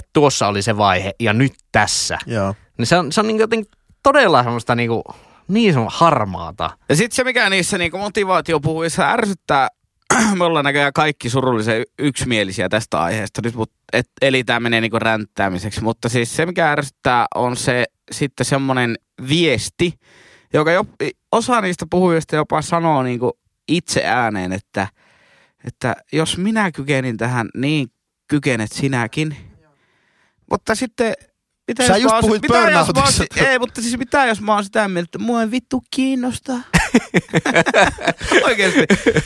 vaihe ja nyt tässä. Joo. Niin se on niin jotenkin todella semmoista niin harmaata. Ja sitten se, mikä niissä niinku motivaatiopuhuissa ärsyttää, me ollaan näköjään kaikki surullisen yksimielisiä tästä aiheesta nyt, eli tämä menee niinku ränttäämiseksi, mutta siis se, mikä ärsyttää, on se sitten semmoinen viesti, joka osa niistä puhujista jopa sanoo niinku itse ääneen, että jos minä kykenin tähän, niin kykenet sinäkin. Mutta sitten... Sä just puhuit burnoutista. Ei, mutta siis mitä jos mä oon sitä mieltä, että mua ei vittu kiinnostaa. Oikeesti.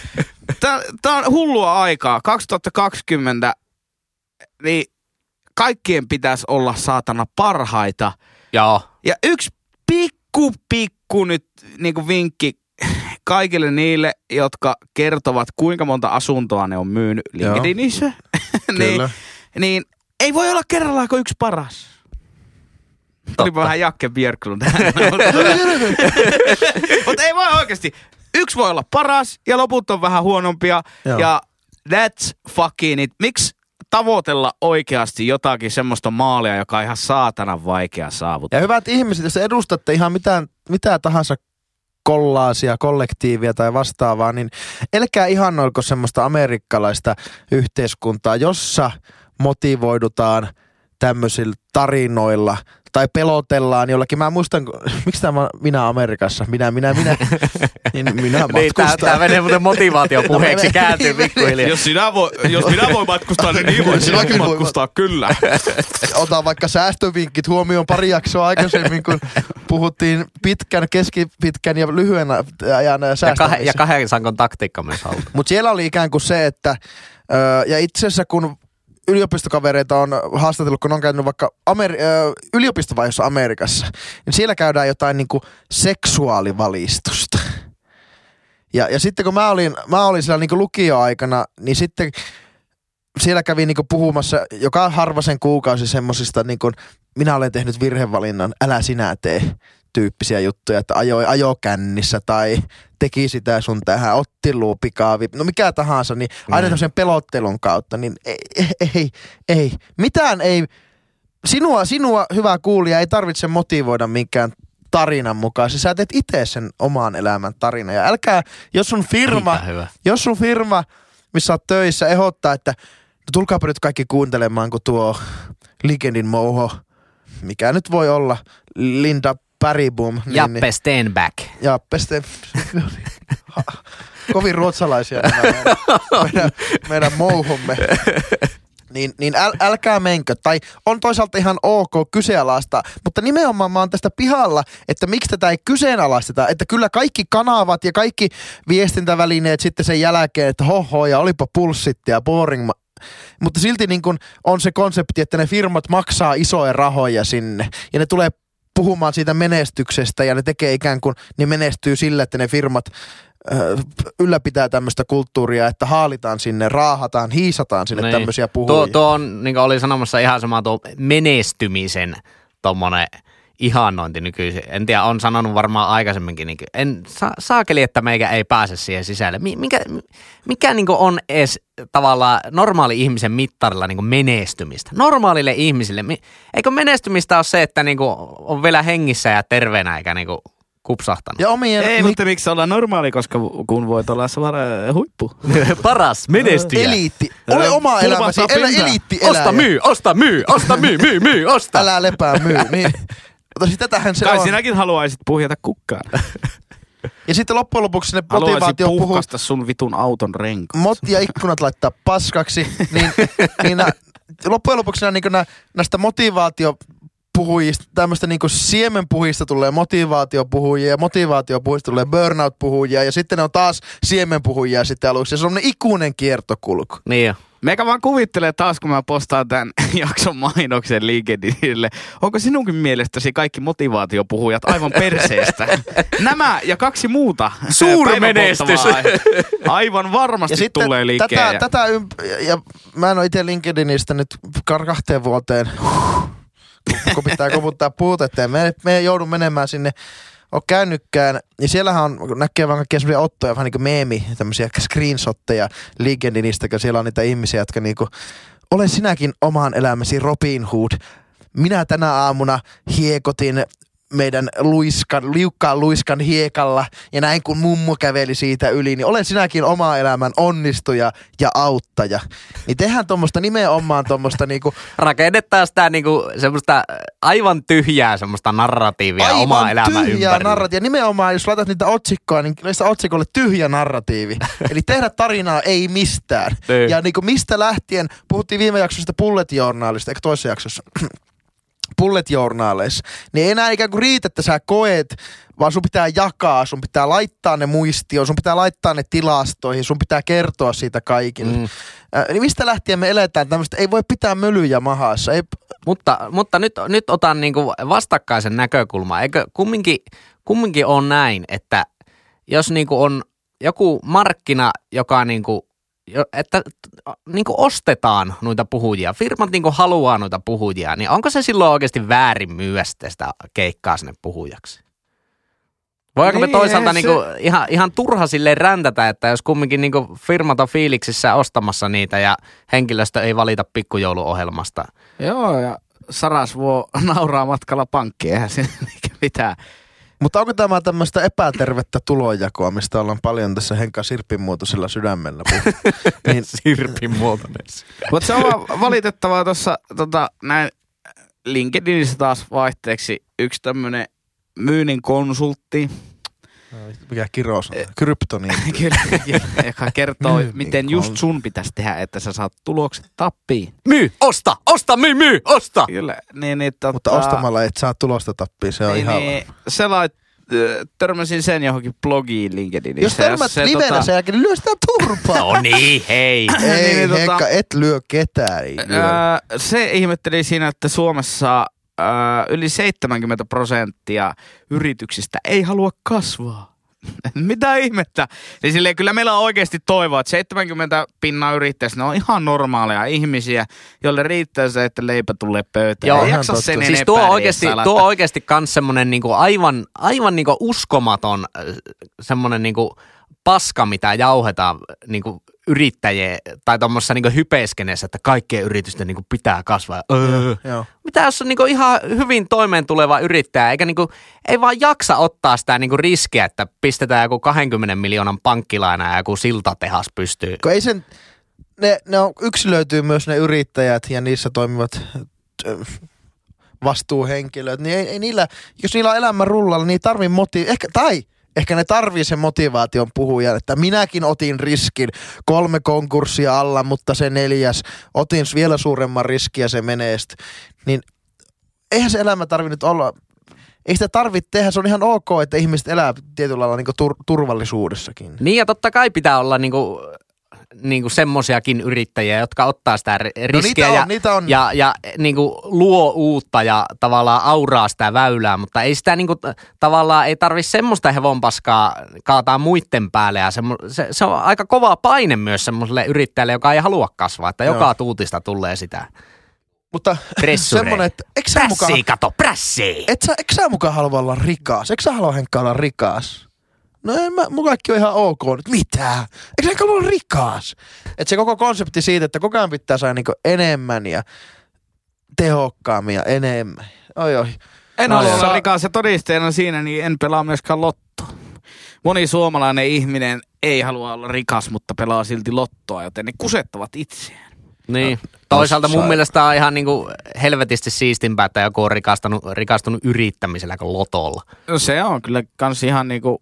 Tää on hullua aikaa. 2020, niin kaikkien pitäisi olla saatana parhaita. Joo. Ja yksi pikku nyt niinku vinkki kaikille niille, jotka kertovat, kuinka monta asuntoa ne on myynyt LinkedInissä. niin ei voi olla kerrallaan kuin yksi paras. Tuli vähän Jakke Björklund tähän. Mutta ei voi oikeasti. Yksi voi olla paras ja loput on vähän huonompia. Joo. Ja that's fucking it. Miksi tavoitella oikeasti jotakin semmoista maalia, joka on ihan saatanan vaikea saavuttaa? Ja hyvät ihmiset, jos edustatte ihan mitä tahansa kollaasia, kollektiivia tai vastaavaa, niin älkää ihannoilko semmoista amerikkalaista yhteiskuntaa, jossa motivoidutaan tämmöisillä tarinoilla tai pelotellaan jollakin. Mä muistan, miksi minä Amerikassa? Minä matkustan. Tämä menee muuten motivaatiopuheeksi kääntyy pikkuhiljaa. Jos minä voin matkustaa, niin voi sinäkin matkustaa, kyllä. Ota vaikka säästövinkit huomioon pari jaksoa aikaisemmin, kun puhuttiin pitkän, keskipitkän ja lyhyen ajan säästämisen. Ja 2 sankon taktiikka myös haltu. Mutta siellä oli ikään kuin se, että ja itse asiassa kun yliopistokavereita on haastatellut, kun on käynyt vaikka yliopistovaiheessa Amerikassa, niin siellä käydään jotain niinku seksuaalivalistusta. Ja sitten kun mä olin siellä niinku lukioaikana, niin sitten siellä kävin niinku puhumassa joka harvasen kuukausi semmosista, niinku, minä olen tehnyt virhevalinnan, älä sinä tee tyyppisiä juttuja, että ajo kännissä tai teki sitä sun tähän, otti luupikaavi, no mikä tahansa, niin aina tämmöisen pelottelun kautta, niin ei, mitään ei, sinua hyvä kuulija ei tarvitse motivoida minkään tarinan mukaan, sä teet itse sen oman elämän tarinan ja älkää, jos sun firma, missä oot töissä, ehdottaa, että no tulkaapa nyt kaikki kuuntelemaan, kun tuo LinkedIn mouho, mikä nyt voi olla, Linda Paribum. Jappe Stenback. Jappe Stenback. kovin ruotsalaisia meidän mouhumme. Niin älkää menkö. Tai on toisaalta ihan ok kyseenalaistaa, mutta nimenomaan mä oon tästä pihalla, että miksi tätä ei kyseenalaisteta. Että kyllä kaikki kanavat ja kaikki viestintävälineet sitten sen jälkeen, että hoho ja olipa pulssit ja boring. Mutta silti niin kun on se konsepti, että ne firmat maksaa isoja rahoja sinne ja ne tulee puhumaan siitä menestyksestä ja ne tekee ikään kuin, ne menestyy sillä, että ne firmat ylläpitää tämmöistä kulttuuria, että haalitaan sinne, raahataan, hiisataan sinne tämmöisiä puhujia. Tuo on, niin kuin oli sanomassa ihan sama tuo menestymisen tommonen ihannointi nykyisin. En tiedä, on sanonut varmaan aikaisemminkin. Niin saakeli, että meikä ei pääse siihen sisälle. Mikä niin kuin on edes tavallaan normaali ihmisen mittarilla niin kuin menestymistä? Normaalille ihmisille. Eikö menestymistä ole se, että niin kuin on vielä hengissä ja terveenä eikä niin kuin kupsahtanut? Ja ei, mutta miksi olla normaali, koska kun voit olla huippu. Paras, menestyjä. Eliitti. Ole oma elämäsi, elä eliitti elää. Osta, myy, osta. Älä lepää, myy. Niin. Mutta siis tätähän se Kai on. sinäkin haluaisit puhjata kukkaan. Ja sitten loppujen lopuksi ne haluaisit motivaatio puhuu. puhkasta sun vitun auton renkaat. Mot ja ikkunat laittaa paskaksi. niin loppujen lopuksi näistä motivaatiopuhujista, tämmöistä niinku siemenpuhujista tulee motivaatiopuhujia ja motivaatiopuhujista tulee burnout-puhujia ja sitten ne on taas siemenpuhujia sitten aluksi. Ja se on ikuinen kiertokulku. Niin jo. Meikä vaan kuvittelee taas, kun mä postaan tämän jakson mainoksen LinkedInille. Onko sinunkin mielestäsi kaikki motivaatiopuhujat aivan perseestä? Nämä ja 2 muuta. Suurmenestys. Aivan varmasti tulee liikkeen. Ja mä en ole itse LinkedInistä nyt 2 vuoteen, kun pitää koputtaa puutetta. Ja me joudun menemään sinne. On käynytkään, niin siellähän näkee vaan kaikkia semmoisia ottoja, vähän niin kuin meemi, tämmöisiä screenshotteja LinkedInistä, kun siellä on niitä ihmisiä, jotka niinku, ole sinäkin oman elämäsi Robin Hood. Minä tänä aamuna hiekotin meidän liukkaan luiskan hiekalla ja näin kun mummo käveli siitä yli, niin olen sinäkin oma elämän onnistuja ja auttaja. Niin tehdään tuommoista nimenomaan tuommoista niinku rakennetaan sitä niinku semmoista aivan tyhjää semmoista narratiivia omaa elämän ympärillä. Aivan tyhjää narratiivia. Nimenomaan jos laitat niitä otsikkoa, niin niistä otsikolle tyhjä narratiivi. Eli tehdä tarinaa ei mistään. Ja niinku mistä lähtien, puhuttiin viime jaksosta bullet journalista, eikö toisessa jaksossa? Bullet journaleissa, niin ei enää ikään kuin riitä, että sä koet, vaan sun pitää jakaa, sun pitää laittaa ne muistioon, sun pitää laittaa ne tilastoihin, sun pitää kertoa siitä kaikille. Niin mistä lähtien me eletään tämmöistä, ei voi pitää mölyjä mahassa. Ei... Mutta nyt otan niinku vastakkaisen näkökulman. Eikö kumminkin on näin, että jos niinku on joku markkina, joka niinku että niinku ostetaan noita puhujia, firmat niinku haluaa noita puhujia, niin onko se silloin oikeasti väärin myyä sitä keikkaa sinne puhujaksi? Voiko me toisaalta niinku ihan turha silleen räntätä, että jos kumminkin niinku firmat on fiiliksissä ostamassa niitä ja henkilöstö ei valita pikkujouluohjelmasta? Joo, ja Sarasvuo nauraa matkalla pankkiin, eihän siinä mitään. Mutta onko tämä tämmöistä epätervettä tulonjakoa, mistä ollaan paljon tässä Henkka Sirpinmuotoisella sydämellä? Niin. Sirpinmuotoinen. Mutta se on valitettavaa tuossa näin LinkedInissä taas vaihteeksi yksi tämmönen myynnin konsultti. Mikä kirous on? Kryptoniitti. Kyllä, joka kertoo, miten just sun pitäisi tehdä, että sä saat tulokset tappiin. Myy, osta, myy, osta! Kyllä, Mutta ostamalla et saa tulosta tappiin, se on ihan... Törmäsin sen johonkin blogiin LinkedInissä. Jos törmät livenä sen jälkeen, niin lyö sitä turpaa. No niin, hei. Ei, Henkka, et lyö ketään. Se ihmetteli siinä, että Suomessa yli 70% yrityksistä ei halua kasvaa. Mitä ihmettä? Niin silleen, kyllä meillä on oikeasti toivoa, että 70% yrittäjistä, ne on ihan normaaleja ihmisiä, joille riittää se, että leipä tulee pöytään. Joo, ei jaksa sen enempää. Siis tuo on oikeasti kans semmonen niinku aivan niinku uskomaton semmonen niinku paska, mitä jauhetaan niinku yrittäjien tai tuommoisessa niinku hypeiskeneessä, että kaikkien yritysten niinku pitää kasvaa. Mitä jos on niinku ihan hyvin toimeen tuleva yrittäjä, eikä niinku, ei vaan jaksa ottaa sitä niinku riskiä, että pistetään joku 20 miljoonan pankkilaina ja joku siltatehas pystyy. Kun ei sen, ne on, yksilöityy myös ne yrittäjät ja niissä toimivat vastuuhenkilöt, niin ei niillä, jos niillä on elämän rullalla, niin ei tarvitse Ehkä ne tarvii sen motivaation puhujan, että minäkin otin riskin 3 konkurssia alla, mutta se 4. otin vielä suuremman riskin ja se menee. Niin eihän se elämä tarvinnut olla, ei sitä tarvitse tehdä, se on ihan ok, että ihmiset elää tietyllä lailla niinku turvallisuudessakin. Niin ja totta kai pitää olla niinku semmosiakin yrittäjiä, jotka ottaa sitä riskiä niitä on. ja niinku luo uutta ja tavallaan auraa sitä väylää, mutta ei sitä niinku tavallaan ei tarvitse semmoista hevonpaskaa kaataa muitten päälle ja se on aika kova paine myös semmoiselle yrittäjälle, joka ei halua kasvaa, että joka tuutista tulee sitä. Mutta semmoinen, että prässii! Eikö sä mukaan halua olla rikas? Eikö sä halua Henkka olla rikas? No mun kaikki on ihan ok nyt. Mitä? Eikö Henkka olla rikas? Että se koko konsepti siitä, että koko ajan pitää saada niinku enemmän ja tehokkaammin ja enemmän. Oi. En halua olla rikas ja todisteena siinä, niin en pelaa myöskään lottoa. Moni suomalainen ihminen ei halua olla rikas, mutta pelaa silti lottoa, joten ne kusettavat itseään. Niin. Toisaalta mun mielestä on ihan niinku helvetisti siistimpää, että joku on rikastunut yrittämisellä kuin lotolla. No se on kyllä kans ihan niinku,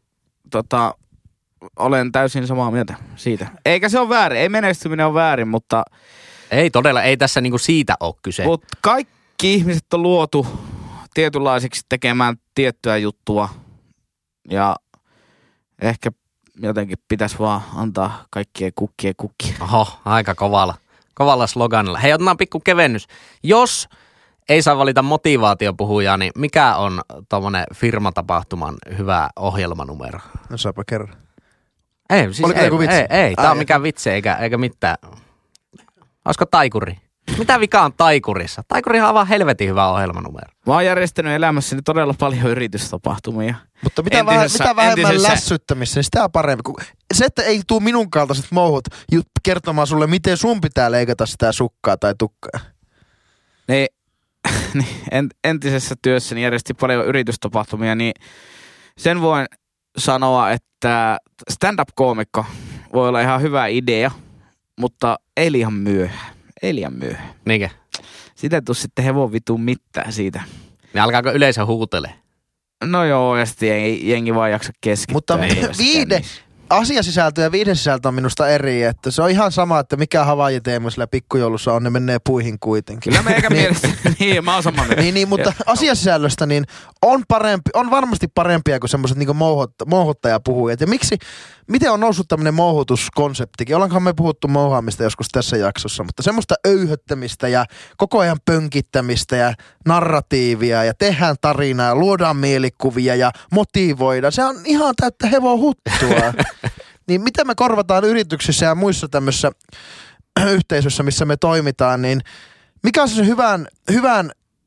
olen täysin samaa mieltä siitä. Eikä se ole väärin, ei menestyminen ole väärin, mutta... Ei todella, ei tässä niinku siitä ole kyse. Mutta kaikki ihmiset on luotu tietynlaisiksi tekemään tiettyä juttua ja ehkä jotenkin pitäisi vaan antaa kaikkien kukkia. Oho, aika kovalla sloganilla. Hei, otetaan pikku kevennys. Jos ei saa valita motivaatiopuhujaa, niin mikä on tommonen firmatapahtuman hyvä ohjelmanumero? No saapa kerran. Ei, siis ei. Tää on mikään vitsi eikä mitään. Olisiko taikuri? Mitä vika on taikurissa? Taikurihan on vaan helvetin hyvä ohjelmanumero. Mä oon järjestänyt elämässäni todella paljon yritystapahtumia. Mutta mitä vähemmän lässyttämistä, niin sitä parempi. Se, että ei tuu minun kaltaiset mouhut kertomaan sulle, miten sun pitää leikata sitä sukkaa tai tukkaa. Niin, entisessä työssäni järjesti paljon yritystapahtumia, niin sen voin sanoa, että stand-up-koomikko voi olla ihan hyvä idea, mutta ei liian myöhään. Niinkö? Sitä ei tule sitten hevon vitun mitään siitä. Niin alkaako yleisö huutele? No joo, ja sitten jengi vaan jaksa keskittyä. Mutta asiasisältö ja viihdesisältö on minusta eri, että se on ihan sama, että mikä Havaiji-teema sillä pikkujoulussa on, ne menee puihin kuitenkin. Kyllä meikä mielestä, niin mä oon samaa mieltä. Niin, mutta asiasisällöstä niin on varmasti parempia kuin semmoiset niinku mouhottajapuhujat. Ja miten on noussut tämmöinen mouhutuskonseptikin? Ollaankohan me puhuttu mouhaamista joskus tässä jaksossa, mutta semmoista öyhöttämistä ja koko ajan pönkittämistä ja narratiivia ja tehdään tarinaa ja luodaan mielikuvia ja motivoidaan. Se on ihan täyttä hevon huttua. Niin mitä me korvataan yrityksissä ja muissa tämmöisissä yhteisöissä, missä me toimitaan, niin mikä on se hyvän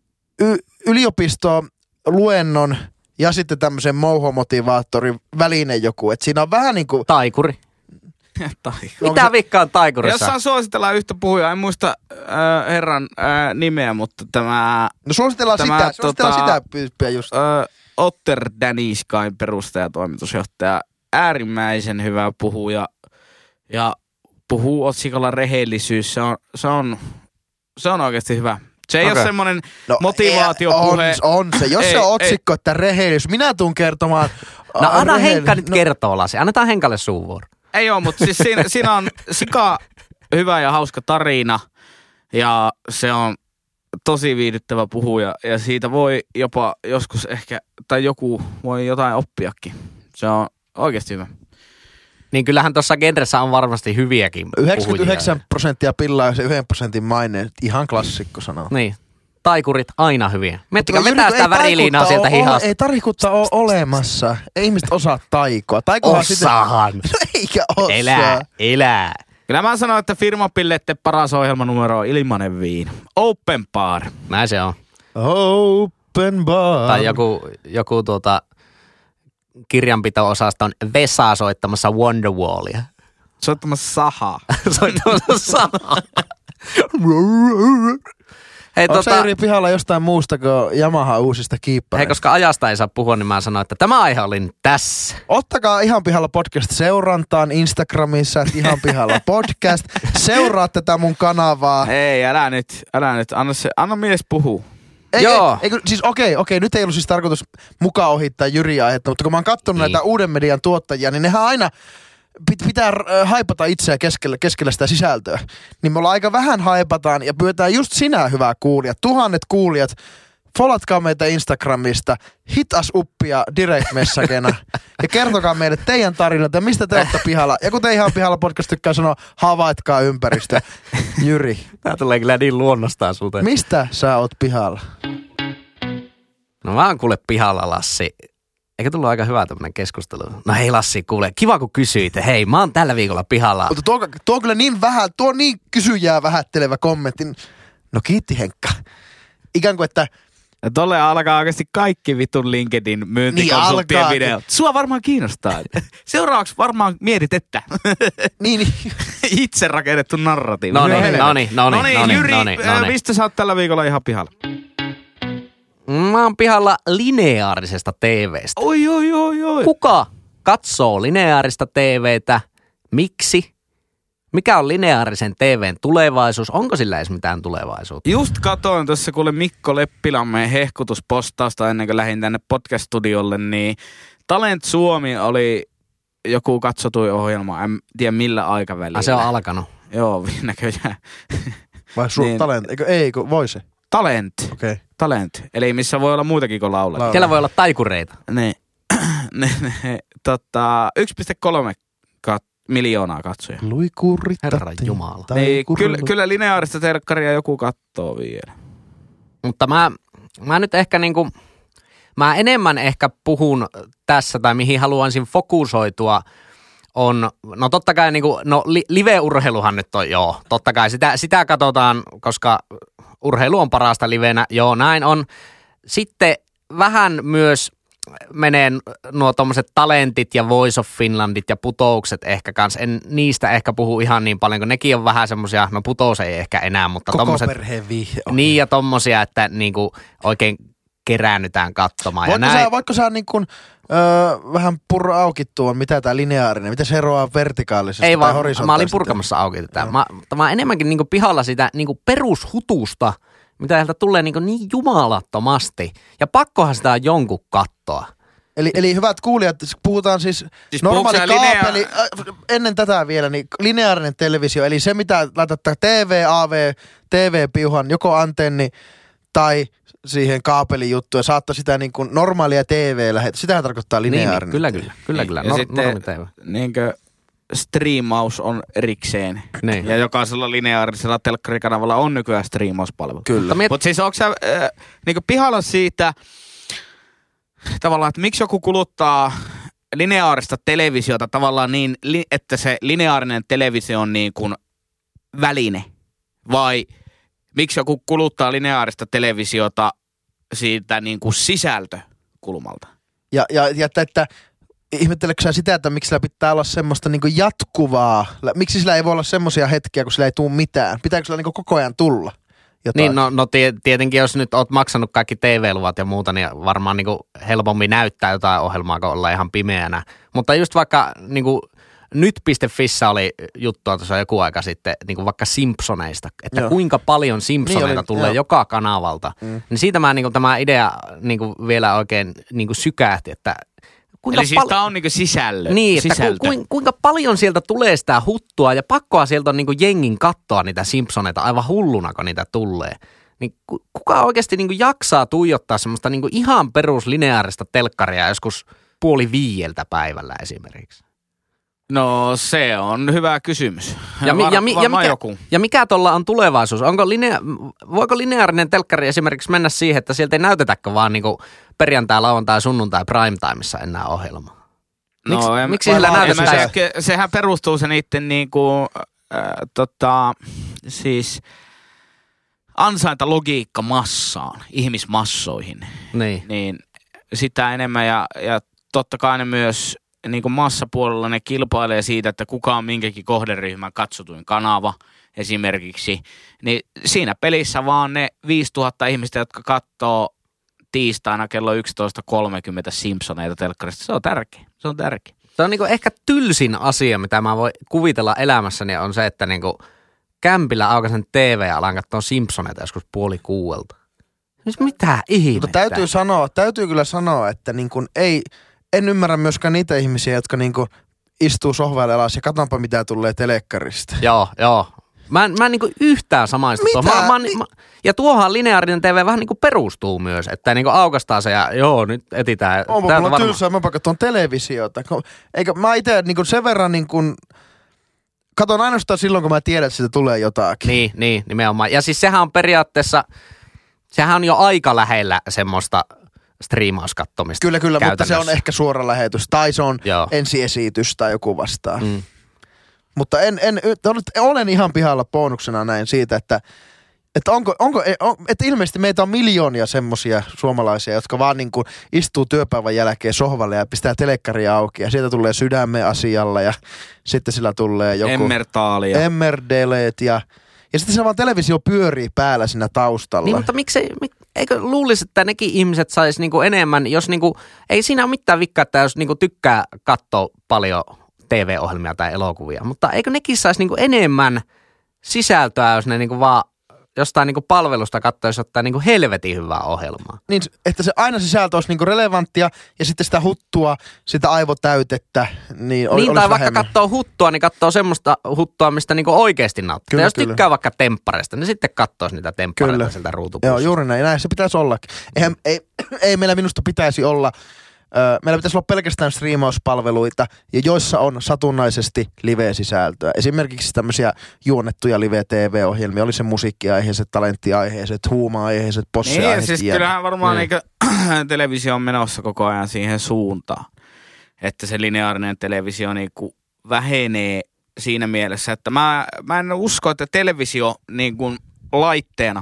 yliopisto-luennon ja sitten tämmöisen mouhomotivaattorin väline joku, että siinä on vähän niin kuin... Taikuri. Mitä vikkaa on taikurissa? Jos saan suositella yhtä puhujaa, en muista herran nimeä, mutta tämä... No suositellaan sitä pyyppiä just. Otter Daniskain perustaja, toimitusjohtaja, äärimmäisen hyvä puhuja ja puhuu otsikolla rehellisyys. Se on oikeasti hyvä. Se ei ole semmoinen motivaatiopuhe. On se. Jos se on otsikko, että rehellisyys, minä tuun kertomaan. No anna Henkka nyt kertoo, Lasi. Annetaan Henkalle suuvuoro. Ei ole, mutta siis siinä on sika hyvä ja hauska tarina ja se on tosi viihdyttävä puhuja ja siitä voi jopa joskus ehkä, tai joku voi jotain oppiakin. Se on oikeasti hyvä. Niin kyllähän tuossa genressä on varmasti hyviäkin 99% pillaa ja se 1% maine, ihan klassikko sanoo. Niin. Taikurit aina hyviä. Miettikää, vetää sitä väriliinaa sieltä hihasta. Ei tarikutta ole olemassa. Ei ihmiset osaa taikoa. Osaahan. Eikä osaa. Elää. Kyllä mä sanon, että firmapilleiden paras ohjelmanumero on ilmanen viini. Open bar. Näin se on. Open bar. Tai joku kirjanpito-osaston Vesa soittamassa Wonderwallia. Soittamassa sahaa. Hei, onko sä Jyri pihalla jostain muusta kuin Yamaha uusista kiippareista? Hei, koska ajasta ei saa puhua, niin mä sanon, että tämä aihe oli nyt tässä. Ottakaa Ihan pihalla podcast seurantaan Instagramissa, että Ihan pihalla podcast. Seuraa tätä mun kanavaa. Ei, älä nyt. Anna mies puhua. Siis okei, nyt ei ollut siis tarkoitus mukaan ohittaa Jyri-aihetta, mutta kun mä oon katsonut näitä uuden median tuottajia, niin nehän aina pitää haipata itseä keskellä sitä sisältöä. Niin me ollaan aika vähän haipataan ja pyydetään just sinä, hyvää kuulijat, 1000 kuulijat, folatkaa meitä Instagramista, hit us uppia direct messagena ja kertokaa meille teidän tarinat ja mistä te olette pihalla. Ja kun te ihan pihalla podcast tykkää sanoa, havaitkaa ympäristö. Jyri. Tää tulee kyllä niin luonnostaan sulta. Mistä sä oot pihalla? No mä oon kuule pihalla, Lassi. Eikö tullut aika hyvä tämmönen keskustelu? No hei Lassi, kuule, kiva kun kysyit. Hei, mä oon tällä viikolla pihalla. Mutta tuo on kyllä niin vähän, tuo on niin kysyjää vähättelevä kommentti. No kiitti Henkka. Ikään kuin, että ja tolle alkaa oikeasti kaikki vitun LinkedIn myyntikonsulttien videot. Sua varmaan kiinnostaa. Seuraavaksi varmaan mietit, että niin. Itse rakennettu narratiivi. No niin, Jyri, mistä sä oot tällä viikolla ihan pihalla? Mä oon pihalla lineaarisesta TV:stä. Oi. Kuka katsoo lineaarista TV:tä? Miksi? Mikä on lineaarisen TV:n tulevaisuus? Onko sillä edes mitään tulevaisuutta? Just katoin tuossa kuule Mikko Leppilammeen hehkutuspostausta ennen kuin lähdin tänne podcast-studiolle, niin Talent Suomi oli joku katsotuin ohjelma, en tiedä millä aikavälillä. Se on alkanut. Joo, näköjään. Vai niin. Talent? Eikö voi se? Talent. Okay. Talent. Eli missä voi olla muutakin kuin laulajia. Siellä voi olla taikureita. Niin. 1,3 miljoonaa katsoja. Luikurit. Herran jumala. Niin, kyllä lineaarista telkkaria joku kattoo vielä. Mutta mä nyt ehkä niinku, mä enemmän ehkä puhun tässä tai mihin haluaisin fokusoitua on, no totta kai niinku, no live-urheiluhan nyt on, joo, totta kai sitä katsotaan, koska urheilu on parasta livenä, joo näin on. Sitten vähän myös menee nuo tommoset talentit ja Voice of Finlandit ja putoukset ehkä kans. En niistä ehkä puhu ihan niin paljon, kun nekin on vähän semmosia, no putous ei ehkä enää, mutta koko tommoset. Perheen vihje. Niin ja tommosia, että niinku oikein keräännytään katsomaan. Voitko sä niin kuin, vähän purra auki tuon, mitä tää lineaarinen, miten se eroaa vertikaalisesti ei tai vaan, horisontaalisesti? Mä olin purkamassa auki tätä. Mä enemmänkin niinku pihalla sitä niinku perushutusta, mitä sieltä tulee niin jumalattomasti. Ja pakkohan sitä on jonkun kattoa. Eli hyvät kuulijat, puhutaan siis normaali kaapeli, ennen tätä vielä, niin lineaarinen televisio, eli se mitä laitatte TV-piuhan, joko antenni tai siihen kaapelijuttuun ja saattaa sitä niin kuin normaalia TV-lähetä. Sitähän tarkoittaa lineaarinen. Niin, kyllä. Ja sitten niinkö striimaus on erikseen. Niin. Ja jokaisella lineaarisella telkkarikanavalla on nykyään striimauspalvelu. Kyllä. Mutta siis onko sä niinku pihalla siitä tavallaan, että miksi joku kuluttaa lineaarista televisiota tavallaan niin, että se lineaarinen televisio on niin kuin väline? Vai miksi joku kuluttaa lineaarista televisiota siitä niin kuin sisältökulmalta? Ja että ihmetteleekö sä sitä, että miksi sillä pitää olla semmoista niinku jatkuvaa? Miksi sillä ei voi olla semmoisia hetkiä, kun sillä ei tule mitään? Pitääkö sillä niinku koko ajan tulla jotain? Niin, no tietenkin jos nyt oot maksanut kaikki TV-luvat ja muuta, niin varmaan niinku helpommin näyttää jotain ohjelmaa, kun ollaan ihan pimeänä. Mutta just vaikka niinku nyt.fissä oli juttua tuossa joku aika sitten, niinku vaikka Simpsoneista, että kuinka paljon Simpsoneita tulee joka kanavalta. Niin siitä tämä idea niinku vielä oikein niinku sykähti, että eli siis tää on niinku sisältö. Niin, että kuinka paljon sieltä tulee sitä huttua ja pakkoa sieltä on niinku jengin katsoa niitä Simpsoneita aivan hulluna, kun niitä tulee. Niin kuka oikeasti niinku jaksaa tuijottaa semmoista niinku ihan peruslineaarista telkkaria joskus 4:30 päivällä esimerkiksi? No se on hyvä kysymys. Ja mikä tuolla on tulevaisuus? Voiko lineaarinen telkkari esimerkiksi mennä siihen, että sieltä ei näytetäkö vaan niinku perjantai, lauantai, sunnuntai prime-timeissa enää ohjelmaa? Miksi sillä näytetään? Sehän perustuu se niiden niinku, siis ansaintalogiikka massaan, ihmismassoihin. Niin sitä enemmän ja totta kai ne myös niin kuin massapuolella ne kilpailee siitä, että kuka on minkäkin kohderyhmän katsotuin kanava esimerkiksi. Niin siinä pelissä vaan ne 5000 ihmistä, jotka katsoo tiistaina kello 11.30 Simpsoneita telkkarista. Se on tärkeä. Se on niinku ehkä tylsin asia, mitä mä voin kuvitella elämässäni, on se, että niinku kämpillä aukaisen TV ja alan katsoa Simpsoneita joskus 5:30. Siis mitä ihmettä? Mutta täytyy kyllä sanoa, että niin kuin en ymmärrä myöskään niitä ihmisiä, jotka niin kuin istuu sohvalle alas ja katsonpa mitä tulee telekkarista. Joo. Mä en niinku yhtään samaista tuohon. Ja tuohan lineaarinen TV vähän niinku perustuu myös, että niinku aukastaa se ja nyt etitään. On mulla tylsää, mä katson televisiota. Eikä mä itse niinku sen verran niinku katon ainoastaan silloin, kun mä tiedän, että siitä tulee jotakin. Niin, nimenomaan. Ja siis sehän on periaatteessa, sehän on jo aika lähellä semmoista striimauskattomista. Kyllä, mutta se on ehkä suora lähetys tai se on ensiesitys tai joku vastaan. Mm. Mutta olen ihan pihalla bonuksena näin siitä, että ilmeisesti meitä on miljoonia semmosia suomalaisia, jotka vaan niin kuin istuu työpäivän jälkeen sohvalle ja pistää telekkaria auki ja sieltä tulee Sydämen asialla ja sitten sillä tulee joku Emmerdeleet ja sitten se vaan televisio pyörii päällä siinä taustalla. Niin, mutta eikö luulisi, että nekin ihmiset sais niinku enemmän, jos niinku, ei siinä ole mitään vikkaa, että jos niinku tykkää katsoa paljon TV-ohjelmia tai elokuvia, mutta eikö nekin saisi niinku enemmän sisältöä, jos ne niinku vaan jostain niinku palvelusta katsoisi ottaa niinku helvetin hyvää ohjelmaa. Niin, että se aina sisältö olisi niinku relevanttia ja sitten sitä huttua, sitä aivotäytettä, niin olisi tai vähemmän. vaikka katsoo huttua, niin katsoo semmoista huttua, mistä niinku oikeasti nauttii. Kyllä, jos tykkää vaikka temppareista, niin sitten katsoisi niitä temppareita sieltä ruutupuolesta. Joo, juuri näin se pitäisi ollakin. Ei meillä minusta pitäisi olla. Meillä pitäisi olla pelkästään striimauspalveluita, joissa on satunnaisesti live-sisältöä. Esimerkiksi tämmöisiä juonnettuja live-tv-ohjelmia, oli se musiikkiaiheiset, talenttiaiheiset, huuma-aiheiset, bossiaiheiset. Niin, siis kyllähän varmaan televisio on menossa koko ajan siihen suuntaan, että se lineaarinen televisio niinku vähenee siinä mielessä, että mä en usko, että televisio niinku laitteena